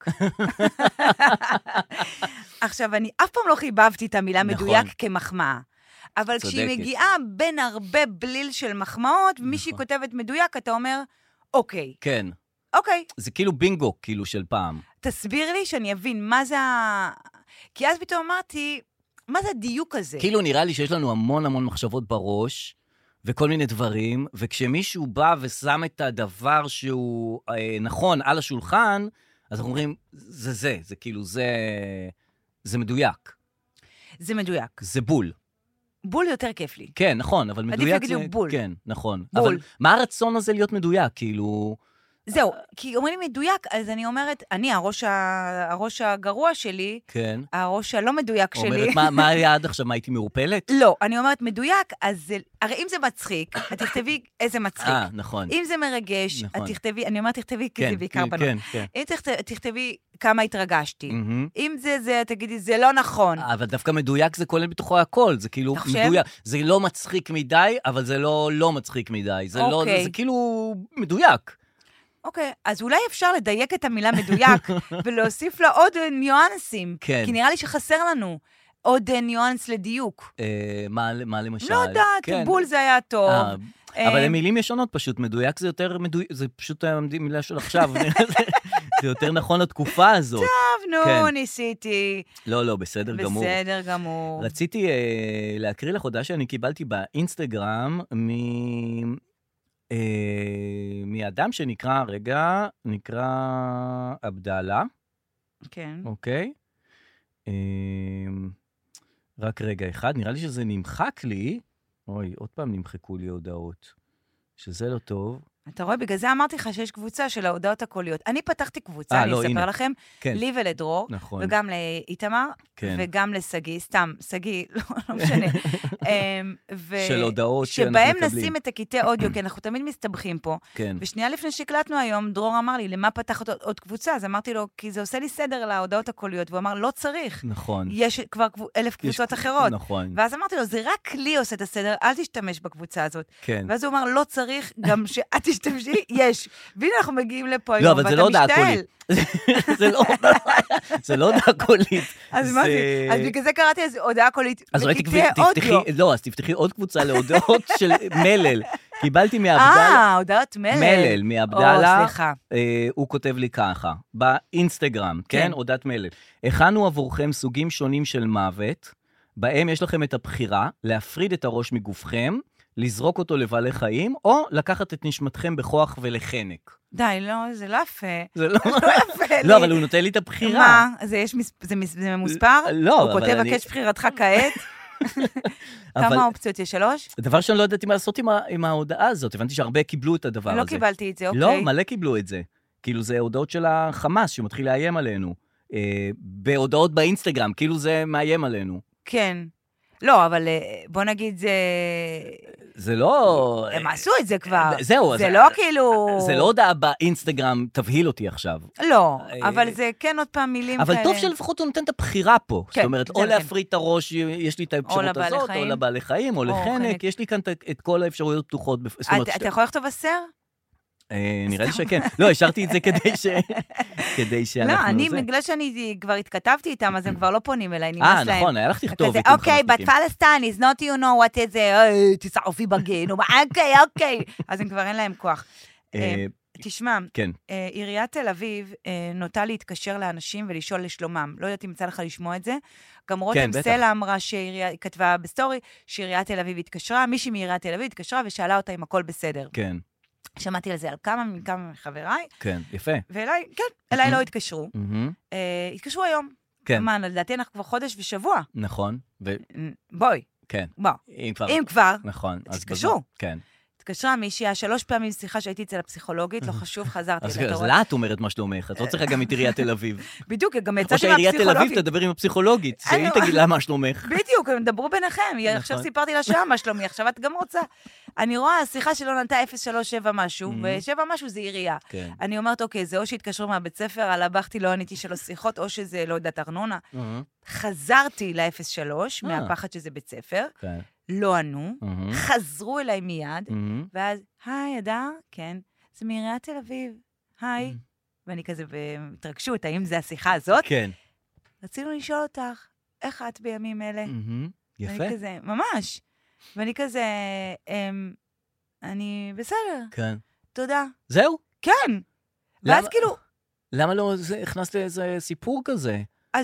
עכשיו, אני אף פעם לא חיבבתי את המילה מדויק כמחמאה. אבל כשהיא מגיעה בין הרבה בליל של מחמאות, ומישהי כותבת מדויק, אתה אומר, אוקיי. כן. אוקיי. זה כאילו בינגו, כאילו של פעם. תסביר לי שאני אבין מה זה כי אז פתאום אמרתי, מה זה הדיוק הזה? כאילו נראה לי שיש לנו המון המון מחשבות בראש, וכל מיני דברים, וכשמישהו בא ושם את הדבר שהוא נכון על השולחן, אז אנחנו אומרים, זה כאילו, זה מדויק. זה מדויק. זה בול. בול יותר כיף לי. כן, נכון, אבל מדויק זה... עדיף להגיד בול. כן, נכון. בול. אבל מה הרצון הזה להיות מדויק? כאילו... זהו, כי אומרים לי מדויק, אז אני אומרת, אני, הראש הגרוע שלי, כן. הראש הלא מדויק שלי. אומרת, מה היה עד עכשיו? מה, הייתי מעורפלת? לא, אני אומרת מדויק, אז הרי אם זה מצחיק, את תכתבי איזה מצחיק. נכון. אם זה מרגש, את תכתבי, אני אומרת תכתבי, כי זה בעיקר בנות. כן. אם תכתבי כמה התרגשתי. אם זה, תגידי, זה לא נכון. אבל דווקא מדויק זה כולל בתוכו הכל, זה כאילו מדויק. זה לא מצחיק מדי, אבל זה לא מצחיק מדי. זה כאילו מדויק. אוקיי, אז אולי אפשר לדייק את המילה מדויק, ולהוסיף לה עוד ניואנסים. כן. כי נראה לי שחסר לנו עוד ניואנס לדיוק. מה למשל? לא יודעת, בול זה היה טוב. אבל המילים ישונות פשוט, מדויק זה יותר מדויק, זה פשוט מילה של עכשיו, זה יותר נכון לתקופה הזאת. טוב, נו, ניסיתי. לא, בסדר גמור. בסדר גמור. רציתי להקריא לך הודעה שאני קיבלתי באינסטגרם מאדם שנקרא, נקרא עבדאללה. כן. אוקיי. רק רגע אחד, נראה לי שזה נמחק לי. אוי, עוד פעם נמחקו לי הודעות. שזה לא טוב. אתה רואה, בגלל זה אמרתי לך שיש קבוצה של ההודעות הקוליות. אני פתחתי קבוצה, אני אספר לכם, לי ולדרור, וגם לאיתמר, וגם לסגי, סתם, סגי, לא משנה. של הודעות שאנחנו מקבלים. שבהם נשים את הקטעי אודיו, כי אנחנו תמיד מסתבכים פה. ושנייה לפני שהקלטנו היום, דרור אמר לי, למה פתחת עוד קבוצה? אז אמרתי לו, כי זה עושה לי סדר להודעות הקוליות, והוא אמר, לא צריך. נכון. יש כבר 1,000 קבוצות אחרות. נכון. ואז אמרתי לו, זה רק לי עושה את הסדר, אל תשתמש בקבוצה הזאת. כן. ואז הוא אמר, לא צריך, גם שאת תשתמשי, יש. והנה אנחנו מגיעים לפה לא, היום, אבל זה לא הודעה קולית. זה לא הודעה קולית. אז מה זה? אז בגלל זה קראתי איזו הודעה קולית. אז אולי לא, אז תפתחי עוד קבוצה להודעות של מלל. קיבלתי מעבדאללה. הודעות מלל. מלל, מעבדאללה. סליחה. הוא כותב לי ככה, באינסטגרם, כן? הודעת מלל. הכנו עבורכם סוגים שונים של מוות, בהם יש לכם את הבחירה להפריד את הראש מגופכם, לזרוק אותו לבעלי חיים, או לקחת את נשמתכם בכוח ולחנק. די, לא, זה לא יפה. זה לא יפה. לא, אבל הוא נותן לי את הבחירה. מה? זה ממוספר? לא, הוא כותב, בקש בחירתך כעת? כמה אופציות יש? 3? דבר שאני לא ידעתי מה לעשות עם ההודעה הזאת. הבנתי שהרבה קיבלו את הדבר הזה. לא קיבלתי את זה, אוקיי. לא, מלא קיבלו את זה. כאילו זה הודעות של החמאס שמתחיל לאיים עלינו. בהודעות באינסטגרם, כאילו זה מאיים עלינו. כן. לא, אבל בוא נגיד זה לא... הם עשו את זה כבר. זהו. זה לא כאילו... זה לא הודעה באינסטגרם, תבהיל אותי עכשיו. לא, אבל זה כן עוד פעם מילים כאלה. אבל טוב שלפחות הוא נותן את הבחירה פה. זאת אומרת, או להפריד את הראש, יש לי את האפשרות הזאת, או לבעלי חיים, או לחנק, יש לי כאן את כל האפשרויות פתוחות. אתה יכול לכתוב הסר? נראה לי שכן. לא, השארתי את זה כדי שאנחנו... לא, אני, בגלל שאני כבר התכתבתי איתם, אז הם כבר לא פונים אליי, נמאס להם. נכון, היה לך תכתוב. אוקיי, but Palestine is not you know what is it, תשעופי בגיהנום, אוקיי. אז הם כבר אין להם כוח. תשמע, עיריית תל אביב נוטה להתקשר לאנשים ולשאול לשלומם. לא יודעת אם יצא לך לשמוע את זה. גם רותם סלע אמרה שהיא כתבה בסטורי, שעיריית תל אביב התקשרה, מישהי מעיריית תל אביב התקשרה ושאלה אותה אם הכל בסדר. כן. שמעתי על זה על כמה מחבריי. כן, יפה. ואליי, כן, אליי לא התקשרו. התקשרו היום. כן. מה, לדעתי אנחנו כבר חודש ושבוע. נכון. בואי. כן. בוא. אם כבר. נכון. תתקשרו. כן. התקשרה מישהי, 3 פעמים שיחה שהייתי אצל הפסיכולוגית, לא חשוב, חזרתי. אז לה את אומרת מה שלומך, את לא צריכה גם את עיריית תל אביב. בדיוק, גם יצאתי מהפסיכולוגית. או שעיריית תל אביב תדבר עם הפסיכולוגית, שהיא תגיד לה מה שלומך. בדיוק, הם דברו ביניכם, עכשיו סיפרתי לה שעה מה שלומי, עכשיו את גם רוצה. אני רואה, שיחה שלא נתנה 037 משהו, ו7 משהו זה עירייה. אני אומרת, אוקיי, זה או שהתקשרו מהבית ספר, על הבכתי לא עניתי 3 שיחות, או שזה, לא יודעת, ארנונה. חזרתי ל-03, מהפחד שזה בית ספר, לא ענו, חזרו אליי מיד, ואז, היי, ידע? כן. זה מעיריית תל אביב. היי. ואני כזה בהתרגשות, האם זה השיחה הזאת? כן. רצינו לשאול אותך, איך את בימים אלה? יפה. ואני כזה, ממש. ואני כזה, אני בסדר. כן. תודה. זהו? כן. ואז כאילו... למה לא הכנסת לאיזה סיפור כזה?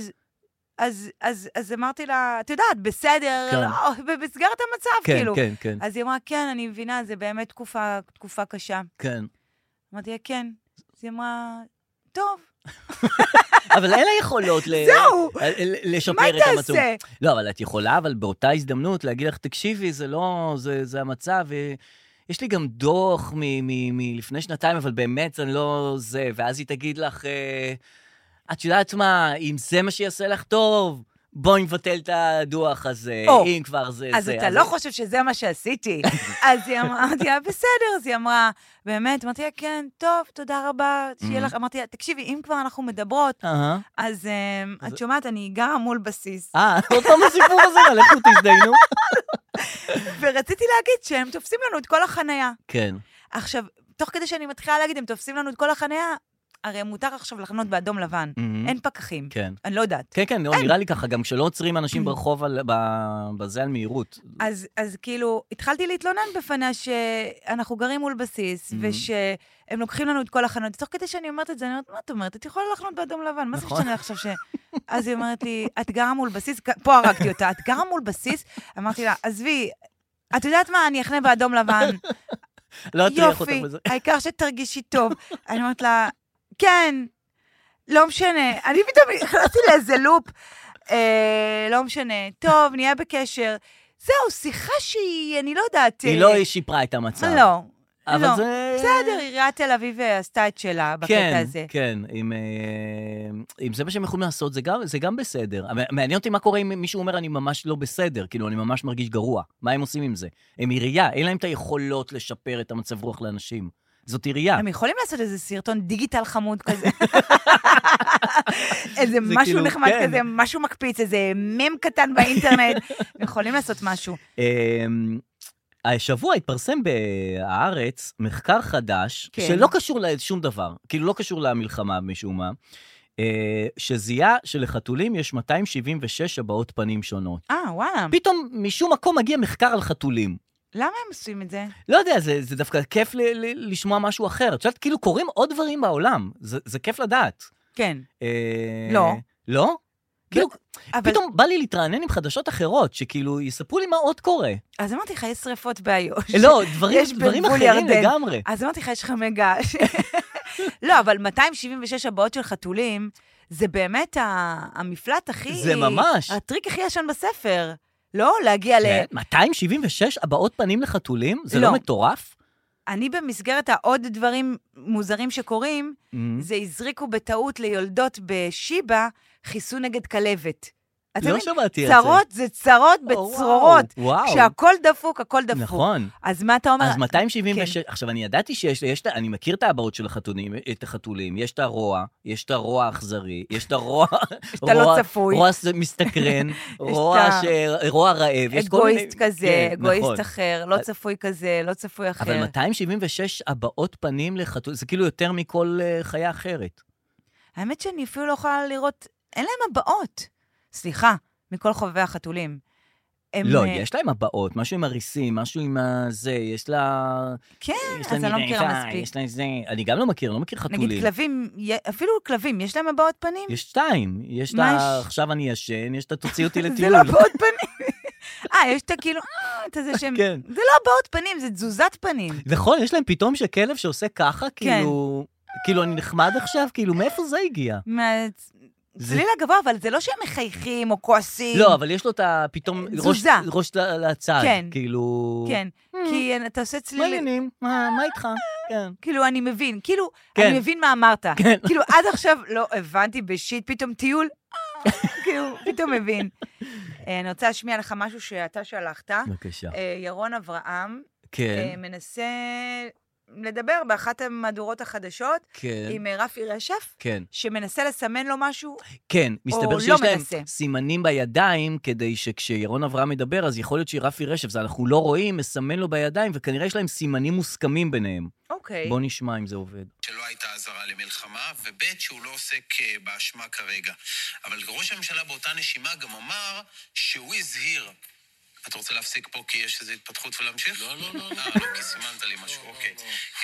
אז אמרתי לה, את יודעת, בסדר, במסגרת המצב, כאילו. כן, כן. אז היא אמרה, כן, אני מבינה, זה באמת תקופה קשה. כן. אמרתי לה, כן. אז היא אמרה, טוב. אבל אין לה יכולות לשפר את המצב. מה תעשה? לא, אבל את יכולה, אבל באותה הזדמנות להגיד לך, תקשיבי, זה לא, זה המצב, יש לי גם דוח מלפני 2 אבל באמת זה לא זה, ואז היא תגיד לך, את יודעת מה, אם זה מה שיעשה לך טוב, בואי נבטל את הדוח הזה, אם כבר זה. אז אתה לא חושב שזה מה שעשיתי. אז היא אמרתי לה, בסדר, אז היא אמרה, באמת, אמרתי לה, כן, טוב, תודה רבה, שיהיה לך, אמרתי לה, תקשיבי, אם כבר אנחנו מדברות, אז את שומעת, אני גרה מול בסיס. עוד פעם הסיפור הזה, לכו תזדיינו. ורציתי להגיד שהם תופסים לנו את כל החנייה. כן. עכשיו, תוך כדי שאני מתחילה להגיד, הם תופסים לנו את כל החנייה, הרי מותר עכשיו לחנות באדום לבן. אין פקחים. כן. אני לא יודעת. כן, כן, נראה לי ככה, גם כשלא עוצרים אנשים ברחוב בזה על מהירות. אז כאילו, התחלתי להתלונן בפניה שאנחנו גרים מול בסיס, ושהם לוקחים לנו את כל החנות. תוך כדי שאני אומרת את זה, אני אומרת, מה את אומרת? את יכולה לחנות באדום לבן. מה זה שאני עכשיו אז היא אומרת לי, את גרה מול בסיס? פה הרגתי אותה, את גרה מול בסיס? אמרתי לה, עזבי, את יודעת מה? אני אחנה באדום לבן. יופי, העיקר שתרגישי טוב. אני אומרת לה, כן, לא משנה. אני פתאום הכנסתי לאיזה לופ, לא משנה. טוב, נהיה בקשר. זהו, שיחה שהיא, אני לא יודעת. היא לא שיפרה את המצב. לא. אבל לא. זה... בסדר, עיריית תל אביב עשתה את שלה בקטע הזה. כן, אם זה מה שהם יכולים לעשות, זה גם בסדר. מעניין אותי מה קורה אם מישהו אומר, אני ממש לא בסדר, כאילו, אני ממש מרגיש גרוע. מה הם עושים עם זה? הם עירייה, אין להם את היכולות לשפר את המצב רוח לאנשים. זאת עירייה. הם יכולים לעשות איזה סרטון דיגיטל חמוד כזה. איזה משהו נחמד כזה, משהו מקפיץ, איזה מם קטן באינטרנט. הם יכולים לעשות משהו. השבוע התפרסם בהארץ מחקר חדש, שלא קשור לשום דבר, כאילו לא קשור למלחמה משום מה, שזיהה שלחתולים יש 276 הבעות פנים שונות. וואלה. פתאום משום מקום מגיע מחקר על חתולים. למה הם עושים את זה? לא יודע, זה דווקא כיף לשמוע משהו אחר. את יודעת, כאילו קוראים עוד דברים בעולם, זה כיף לדעת. כן. לא. לא? כאילו, פתאום בא לי להתרענן עם חדשות אחרות, שכאילו יספרו לי מה עוד קורה. אז אמרתי לך, יש שריפות באיו"ש. לא, דברים אחרים לגמרי. אז אמרתי לך, יש לך מגש. לא, אבל 276 הבאות של חתולים, זה באמת המפלט הכי... זה ממש. הטריק הכי ישן בספר. לא, להגיע ל... 276 הבאות פנים לחתולים? זה לא מטורף? אני במסגרת העוד דברים מוזרים שקורים, זה הזריקו בטעות ליולדות בשיבה חיסון נגד כלבת. לא שמעתי את זה. צרות זה צרות בצרורות. כשהכל דפוק, הכל דפוק. נכון. אז מה אתה אומר? אז 276, עכשיו אני ידעתי אני מכיר את הבאות של החתולים, יש את הרוע, יש את הרוע האכזרי, יש את הרוע... שאתה לא צפוי. רוע מסתקרן, רוע רעב. אגואיסט כזה, אגואיסט אחר, לא צפוי כזה, לא צפוי אחר. אבל 276 הבאות פנים לחתולים, זה כאילו יותר מכל חיה אחרת. האמת שאני אפילו לא יכולה לראות, אין להם הבאות. סליחה, מכל חובבי החתולים. לא, יש להם הבאות, משהו עם הריסים, משהו עם זה, יש לה... כן, אז אני לא מכירה מספיק. יש לה זה, אני גם לא מכיר חתולים. נגיד כלבים, אפילו כלבים, יש להם הבאות פנים? יש 2, יש לה, עכשיו אני ישן, יש לה תוציא אותי לטיול. זה לא הבאות פנים. יש את כאילו, את זה שם, זה לא הבאות פנים, זה תזוזת פנים. נכון, יש להם פתאום שכלב שעושה ככה, כאילו אני נחמד עכשיו, כאילו מאיפה זה הגיע? צליל הגבוה, אבל זה לא שהם מחייכים או כועסים. לא, אבל יש לו את פתאום ראש לצד, כן. כאילו... כן, כי אתה עושה צליל... מעניינים, מה איתך? כן. כאילו, אני מבין, כאילו, אני מבין מה אמרת. כן. כאילו, עד עכשיו לא הבנתי בשיט, פתאום טיול, כאילו, פתאום מבין. אני רוצה להשמיע לך משהו שאתה שלחת. בבקשה. ירון אברהם, כן. מנסה לדבר באחת המהדורות החדשות, כן. עם רפי רשף, כן. שמנסה לסמן לו משהו, כן, מסתבר לא שיש להם מנסה. סימנים בידיים, כדי שכשירון אברהם מדבר, אז יכול להיות שרפי רשף, זה אנחנו לא רואים, מסמן לו בידיים, וכנראה יש להם סימנים מוסכמים ביניהם. אוקיי. בוא נשמע אם זה עובד. שלא הייתה עזרה למלחמה, וב' שהוא לא עוסק באשמה כרגע. אבל ראש הממשלה באותה נשימה גם אמר שהוא הזהיר. אתה רוצה להפסיק פה כי יש איזו התפתחות ולהמשיך? לא. לא, כי סימנת לי משהו, אוקיי.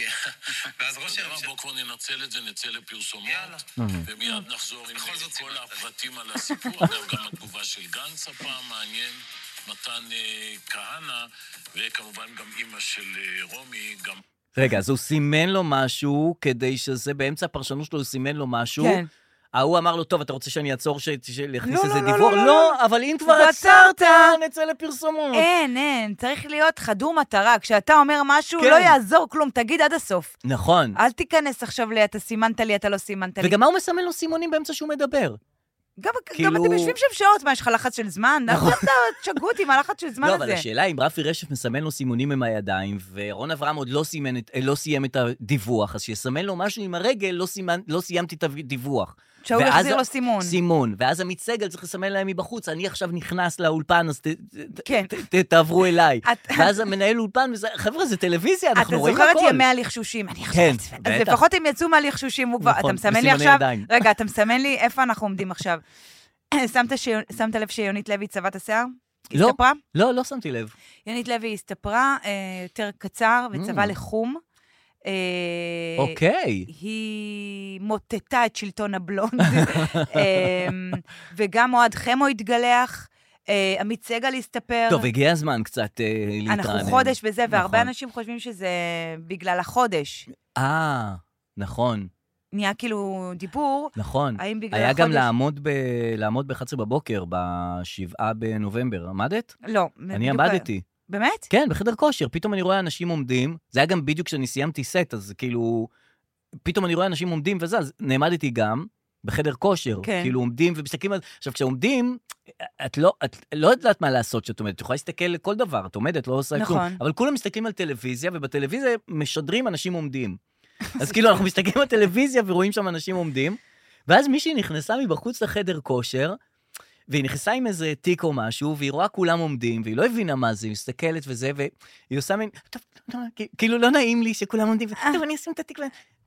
ואז ראש הממשלה... בוא כבר ננצל את זה, נצא לפרסומות, ומיד נחזור עם כל הפרטים על הסיפור, גם התגובה של גנץ הפעם, מעניין, מתן כהנא, וכמובן גם אמא של רומי, גם... רגע, אז הוא סימן לו משהו, כדי שזה באמצע הפרשנות שלו, הוא סימן לו משהו. כן. הוא אמר לו, טוב, אתה רוצה שאני אעצור להכניס איזה לא, דיוור? לא, אבל אם כבר עצרת, נצא לפרסומות. אין, צריך להיות חדור מטרה. כשאתה אומר משהו, לא יעזור כלום, תגיד עד הסוף. נכון. אל תיכנס עכשיו אתה סימנת לי, אתה לא סימנת לי. וגם מה הוא מסמן לו סימונים באמצע שהוא מדבר? גם אתם יושבים שם שעות, מה, יש לך לחץ של זמן? נכון. אתה שגעו אותי מה לחץ של זמן הזה. לא, אבל השאלה אם רפי רשף מסמן לו סימונים עם הידיים, ורון אברהם עוד לא סיים את הדיווח, אז שיסמן לו משהו עם הרגל, לא סיימתי את הדיווח. שהוא יחזיר לו סימון. סימון, ואז עמית סגל צריך לסמן להם מבחוץ, אני עכשיו נכנס לאולפן, אז תעברו אליי. ואז המנהל אולפן, חבר'ה, זה טלוויזיה, אנחנו רואים הכל. אתה זוכרת ימי הלחשושים. כן, אז לפחות הם יצאו מהלחשושים, אתה מסמן לי עכשיו, רגע, אתה מסמן לי איפה אנחנו עומדים עכשיו. שמת לב שיונית לוי צבעת השיער? הסתפרה? לא שמתי לב. יונית לוי הסתפרה, יותר קצר וצבע לחום. אוקיי. היא מוטטה את שלטון הבלונד, וגם אוהד חמו התגלח, עמית סגל הסתפר. טוב, הגיע הזמן קצת להתרענן. אנחנו חודש בזה, והרבה אנשים חושבים שזה בגלל החודש. נכון. נהיה כאילו דיבור. נכון. האם בגלל היה החודש... גם לעמוד ב-11 בבוקר, ב-7 בנובמבר. עמדת? לא. אני עמדתי. באמת? כן, בחדר כושר. פתאום אני רואה אנשים עומדים, זה היה גם בדיוק כשאני סיימתי סט, אז כאילו, פתאום אני רואה אנשים עומדים וזה, אז נעמדתי גם בחדר כושר, כן. כאילו עומדים ומסתכלים על... עכשיו, כשעומדים, את לא יודעת מה לעשות שאת עומדת, את יכולה להסתכל לכל דבר, את עומדת, לא עושה כלום. אבל כולם מסתכלים על טלוויזיה, ובטלוויזיה משדרים אנשים עומדים. אז כאילו, אנחנו מסתכלים על טלוויזיה ורואים שם אנשים עומדים, ואז מישהי נכנסה מבחוץ לחדר כושר, והיא נכנסה עם איזה תיק או משהו, והיא רואה כולם עומדים, והיא לא הבינה מה זה, היא מסתכלת וזה, והיא עושה מין, טוב, כאילו לא נעים לי שכולם עומדים, טוב, אני אשים את התיק,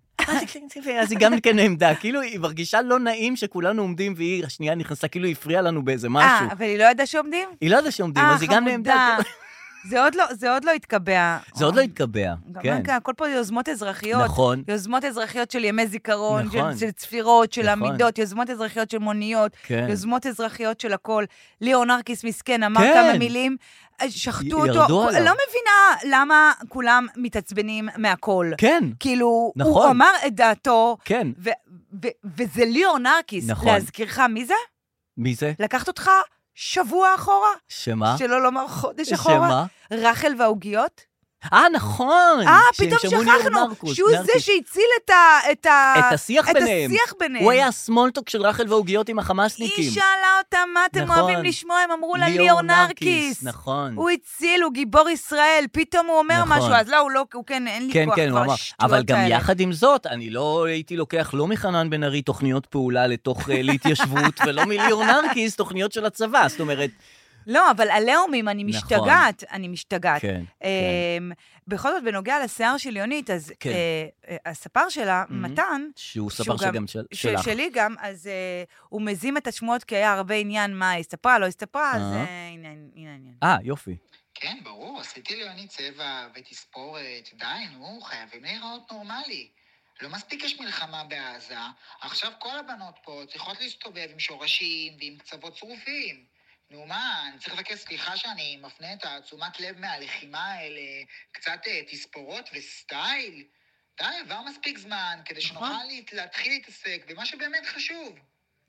אז היא גם כן נעמדה, כאילו היא מרגישה לא נעים שכולנו עומדים, והיא השנייה נכנסה, כאילו היא הפריעה לנו באיזה משהו. אבל היא לא ידעה שעומדים? היא לא ידעה שעומדים, אז היא גם נעמדה. זה עוד לא התקבע. זה עוד לא התקבע, כן. הכל פה יוזמות אזרחיות. נכון. יוזמות אזרחיות של ימי זיכרון, של צפירות, של עמידות, יוזמות אזרחיות של מוניות, יוזמות אזרחיות של הכל. ליאור נרקיס מסכן אמר כמה מילים, שחטו אותו. לא מבינה למה כולם מתעצבנים מהכל. כן. כאילו, הוא אמר את דעתו, כן. וזה ליאור נרקיס. להזכירך מי זה? מי זה? לקחת אותך שבוע אחורה. שמה? שלא לומר חודש אחורה. שמה? רחל והעוגיות. נכון. פתאום שכחנו, שהוא זה שהציל את השיח ביניהם. הוא היה הסמולטוק של רחל והעוגיות עם החמאסניקים. היא שאלה אותם מה אתם אוהבים לשמוע, הם אמרו לה ליאור נרקיס. נכון. הוא הציל, הוא גיבור ישראל, פתאום הוא אומר משהו, אז לא, הוא כן, אין לי כוח כבר שטויות אבל גם יחד עם זאת, אני לא הייתי לוקח לא מחנן בן ארי תוכניות פעולה לתוך להתיישבות, ולא מליאור נרקיס תוכניות של הצבא, זאת אומרת... לא, אבל הלאומים, אני משתגעת, אני משתגעת. כן. בכל זאת, בנוגע לשיער של יונית, אז הספר שלה, מתן, שהוא ספר שגם שלך. שלי גם, אז הוא מזים את השמועות, כי היה הרבה עניין מה הסתפרה, לא הסתפרה, אז הנה העניין. יופי. כן, ברור, עשיתי ליונית צבע ותספורת, די, נו, חייבים להיראות נורמלי. לא מספיק יש מלחמה בעזה, עכשיו כל הבנות פה צריכות להסתובב עם שורשים ועם קצוות צרופים. נו מה, אני צריך לבקש סליחה שאני מפנה את התשומת לב מהלחימה האלה, קצת תספורות וסטייל. די, עבר מספיק זמן כדי שנוכל להתחיל להתעסק במה שבאמת חשוב.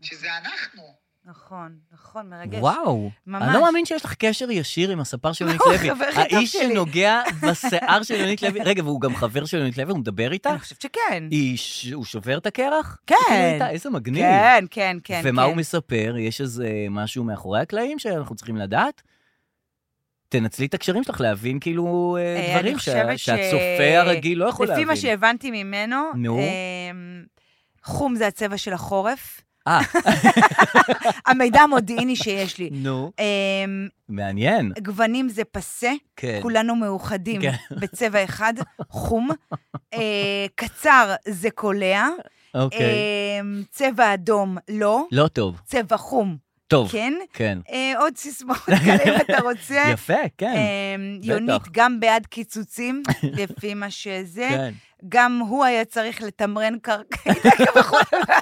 שזה אנחנו. נכון, נכון, מרגש. וואו, ממש. אני לא מאמין שיש לך קשר ישיר עם הספר של יונית לוי. האיש שנוגע בשיער של יונית לוי. רגע, והוא גם חבר של יונית לוי, הוא מדבר איתה? אני חושבת שכן. הוא שובר את הקרח? כן. איזה מגניב. כן, כן, כן. ומה הוא מספר? יש איזה משהו מאחורי הקלעים שאנחנו צריכים לדעת? תנצלי את הקשרים שלך להבין כאילו דברים שהצופה הרגיל לא יכול להבין. לפי מה שהבנתי ממנו, חום זה הצבע של החורף. המידע המודיעיני שיש לי. נו, מעניין. גוונים זה פסה, כולנו מאוחדים בצבע אחד, חום. קצר זה קולע. צבע אדום לא. לא טוב. צבע חום. טוב. כן? כן. עוד סיסמאות כאלה אם אתה רוצה. יפה, כן. יונית גם בעד קיצוצים, לפי מה שזה. כן. גם הוא היה צריך לתמרן קרקעית כבכל.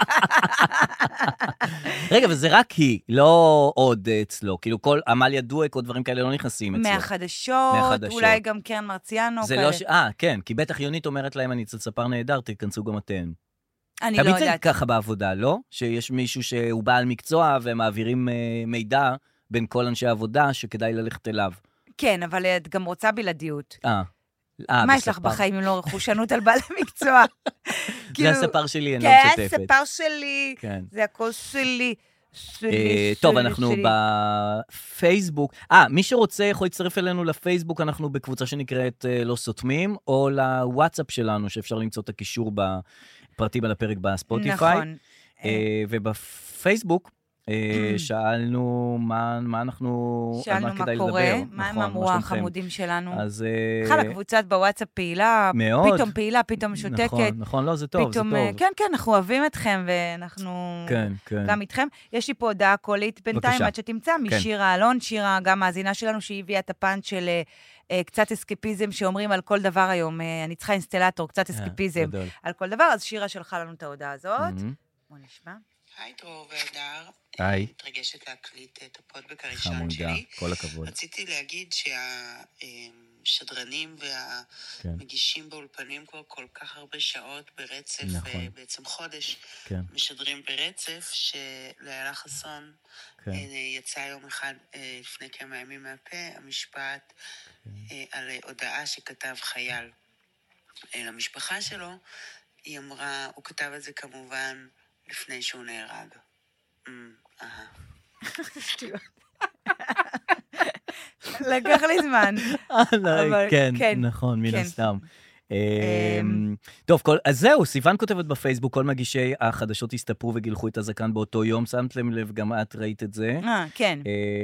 רגע, וזה רק היא, לא עוד אצלו. כאילו כל עמליה דואק או דברים כאלה לא נכנסים אצלו. מהחדשות, אולי גם קרן מרציאנו. כן, כי בטח יונית אומרת להם, אני אצל ספר נהדר, תיכנסו גם אתם. אני לא יודעת. תמיד זה ככה בעבודה, לא? שיש מישהו שהוא בעל מקצוע ומעבירים מידע בין כל אנשי העבודה שכדאי ללכת אליו. כן, אבל את גם רוצה בלעדיות. מה יש לך בחיים אם לא רכושנות על בעל המקצוע? זה הספר שלי, אני לא משתפת. כן, ספר שלי, זה הכל שלי. טוב, אנחנו בפייסבוק. מי שרוצה יכול להצטרף אלינו לפייסבוק, אנחנו בקבוצה שנקראת לא סותמים, או לוואטסאפ שלנו, שאפשר למצוא את הקישור בפרטים על הפרק בספוטיפיי. נכון. ובפייסבוק, שאלנו מה אנחנו, שאלנו מה קורה, מה הם אמרו החמודים שלנו. בכלל, הקבוצת בוואטסאפ פעילה, פתאום פעילה, פתאום שותקת. נכון, לא, זה טוב, זה טוב. כן, כן, אנחנו אוהבים אתכם, ואנחנו גם איתכם. יש לי פה הודעה קולית בינתיים, עד שתמצא, משירה אלון, שירה גם מאזינה שלנו, שהיא הביאה את הפאנץ' של קצת אסקפיזם, שאומרים על כל דבר היום, אני צריכה אינסטלטור, קצת אסקפיזם על כל דבר, אז שירה שלחה לנו את ההודעה הזאת. בוא נשמע. היי דרור והדר. היי. מתרגשת להקליט את הפודבק הראשון שלי. כל הכבוד. רציתי להגיד שהשדרנים והמגישים באולפנים כבר כל כך הרבה שעות ברצף, בעצם חודש, משדרים ברצף, שלאיילה חסון יצא יום אחד לפני כמה ימים מהפה, המשפט על הודעה שכתב חייל למשפחה שלו. היא אמרה, הוא כתב את זה כמובן לפני שהוא נהרג. לקח לי זמן. כן, נכון, מן הסתם. טוב, אז זהו, סיוון כותבת בפייסבוק, כל מגישי החדשות הסתפרו וגילחו את הזקן באותו יום, שמת לב, גם את ראית את זה. כן.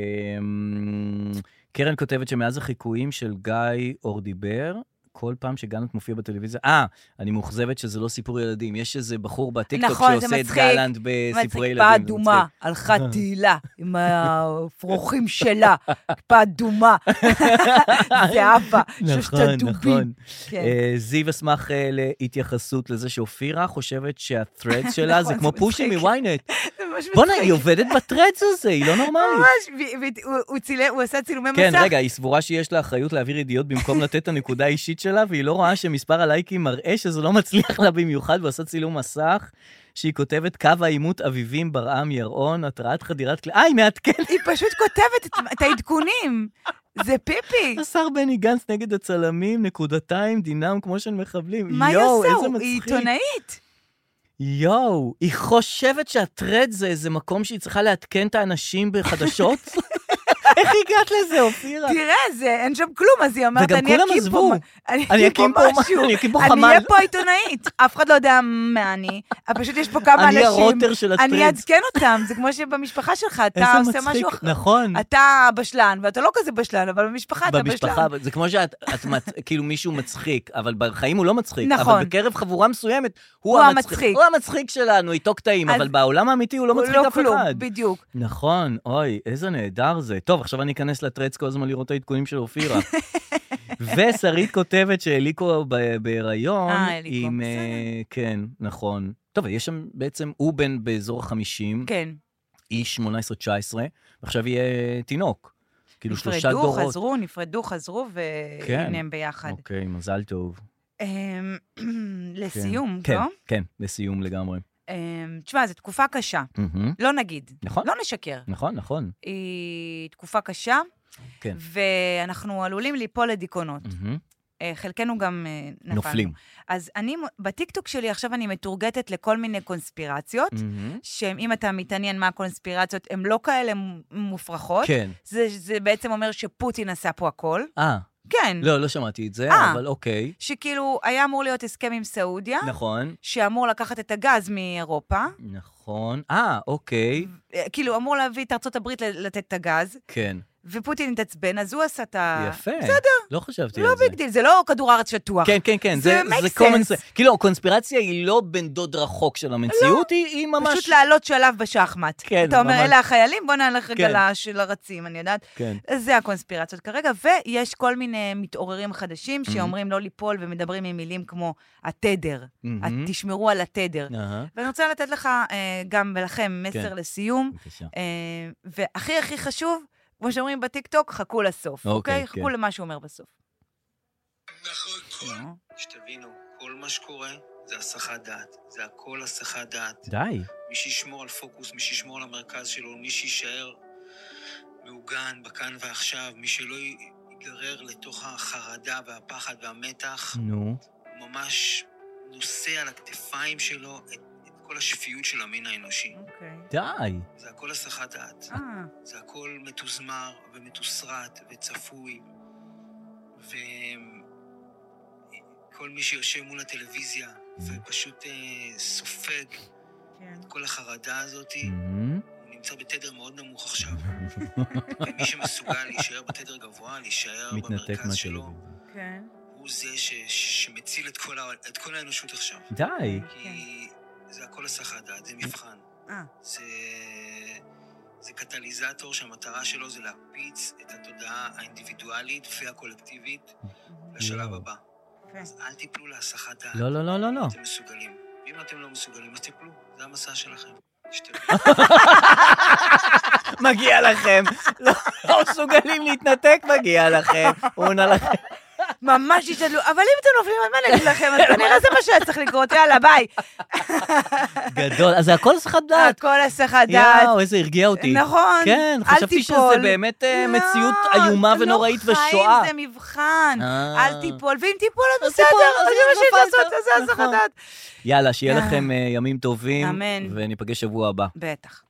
קרן כותבת שמאז החיקויים של גיא אורדיבר, כל פעם שגלנט מופיע בטלוויזיה, אני מאוכזבת שזה לא סיפור ילדים, יש איזה בחור בטיקטוק שעושה את גלנט בסיפורי ילדים. מצחיק, באדומה, הלכה תהילה, עם הפרוכים שלה, באדומה, זה אבא, שושת הדובים. זיו אשמח להתייחסות לזה שאופירה חושבת שהטרדס שלה זה כמו פושי מוויינט. בוא'נה, היא עובדת בטרדס הזה, היא לא נורמלית. ממש, הוא עשה צילומי מסך. כן, רגע, היא סבורה שיש לה אחריות להעביר ידיעות במקום לתת את הנקודה האישית שלה, והיא לא רואה שמספר הלייקים מראה שזה לא מצליח לה במיוחד, ועושה צילום מסך, שהיא כותבת קו האימות אביבים ברעם ירעון, התראת חדירת כלי... היא מעדכנת. היא פשוט כותבת את העדכונים. זה פיפי. השר בני גנץ נגד הצלמים, נקודתיים, דינם כמו של מחבלים. מה היא עושה? היא עיתונאית. יואו, היא חושבת שהטרד זה איזה מקום שהיא צריכה לעדכן את האנשים בחדשות? איך הגעת לזה, אופירה? תראה, אין שם כלום, אז היא אומרת, אני אקים פה משהו, אני אקים פה חמ"ל. אני אהיה פה עיתונאית, אף אחד לא יודע מה אני, פשוט יש פה כמה אנשים. אני הרוטר של הטרדס. אני אעדכן אותם, זה כמו שבמשפחה שלך, אתה עושה משהו אחר. נכון. אתה בשלן, ואתה לא כזה בשלן, אבל במשפחה אתה בשלן. זה כמו שאת, כאילו מישהו מצחיק, אבל בחיים הוא לא מצחיק. נכון. אבל בקרב חבורה מסוימת, הוא המצחיק. הוא המצחיק שלנו, איתו קטעים, אבל בעולם האמיתי הוא לא מצחיק אף אחד. בדיוק. נכון, אוי, איזה נהדר זה. טוב, עכשיו אני אכנס לטרדס כל הזמן לראות את העדכונים של אופירה. ושרית כותבת שאליקו בהיריון, עם... כן, נכון. טוב, יש שם בעצם, הוא בן באזור ה-50, כן. איש 18-19, ועכשיו יהיה תינוק. כאילו 3 דורות. נפרדו, חזרו, והנה הם ביחד. אוקיי, מזל טוב. לסיום, כן, לא? כן, לסיום לגמרי. תשמע, זו תקופה קשה. לא נגיד. נכון. לא נשקר. נכון, נכון. היא תקופה קשה, כן. ואנחנו עלולים ליפול לדיכאונות. חלקנו גם נופלים. אז אני, בטיקטוק שלי עכשיו אני מתורגטת לכל מיני קונספירציות, שאם אתה מתעניין מה הקונספירציות, הן לא כאלה מופרכות. כן. זה בעצם אומר שפוטין עשה פה הכל. כן. לא שמעתי את זה, אבל אוקיי. שכאילו היה אמור להיות הסכם עם סעודיה. נכון. שאמור לקחת את הגז מאירופה. נכון. אוקיי. כאילו אמור להביא את ארצות הברית לתת את הגז. כן. ופוטין התעצבן, אז הוא עשה את ה... יפה. בסדר. לא חשבתי על זה. לא ביג דיל, זה לא כדור הארץ שטוח. כן. זה common sense. כאילו, הקונספירציה היא לא בן דוד רחוק של המציאות, היא ממש... פשוט לעלות שלב בשחמט. כן, אתה אומר, אלה החיילים, בוא נלך רגע של הרצים, אני יודעת. כן. זה הקונספירציות כרגע, ויש כל מיני מתעוררים חדשים שאומרים לא ליפול ומדברים עם מילים כמו התדר. תשמרו על התדר. ואני רוצה לתת לך גם ולכם מסר לסיום. והכי הכי חשוב, כמו שאומרים בטיקטוק, חכו לסוף, אוקיי? חכו למה שהוא אומר בסוף. נכון. שתבינו, כל מה שקורה זה הסחת דעת. זה הכל הסחת דעת. די. מי שישמור על פוקוס, מי שישמור על המרכז שלו, מי שישאר מעוגן בכאן ועכשיו, מי שלא ייגרר לתוך החרדה והפחד והמתח, ממש נושא על הכתפיים שלו את כל השפיות של המין האנושי. די. זה הכל הסחת דעת. זה הכל מתוזמר ומתוסרט וצפוי. וכל מי שיושב מול הטלוויזיה ופשוט סופג את כל החרדה הזאת, הוא נמצא בתדר מאוד נמוך עכשיו. ומי שמסוגל להישאר בתדר גבוה, להישאר במרכז שלו, הוא זה שמציל את כל האנושות עכשיו. די. כי זה הכל הסחת דעת, זה מבחן. זה קטליזטור שהמטרה שלו זה להקפיץ את התודעה האינדיבידואלית והקולקטיבית לשלב הבא. אז אל תיפלו להסחת דעת. לא. אתם מסוגלים. ואם אתם לא מסוגלים, אז תיפלו. זה המסע שלכם. מגיע לכם. לא מסוגלים להתנתק, מגיע לכם. אונה לכם. ממש השתדלו, אבל אם אתם נופלים, אז מה נגיד לכם? אז כנראה זה מה שהיה צריך לקרות, יאללה, ביי. גדול, אז זה הכל הסחת דעת. הכל הסחת דעת. יאו, איזה הרגיע אותי. נכון, כן, חשבתי שזה באמת מציאות איומה ונוראית ושואה. חיים זה מבחן, אל תיפול, ואם תיפול אז בסדר, אז זה מה שיש לעשות, אז זה הסחת דעת. יאללה, שיהיה לכם ימים טובים, וניפגש שבוע הבא. בטח.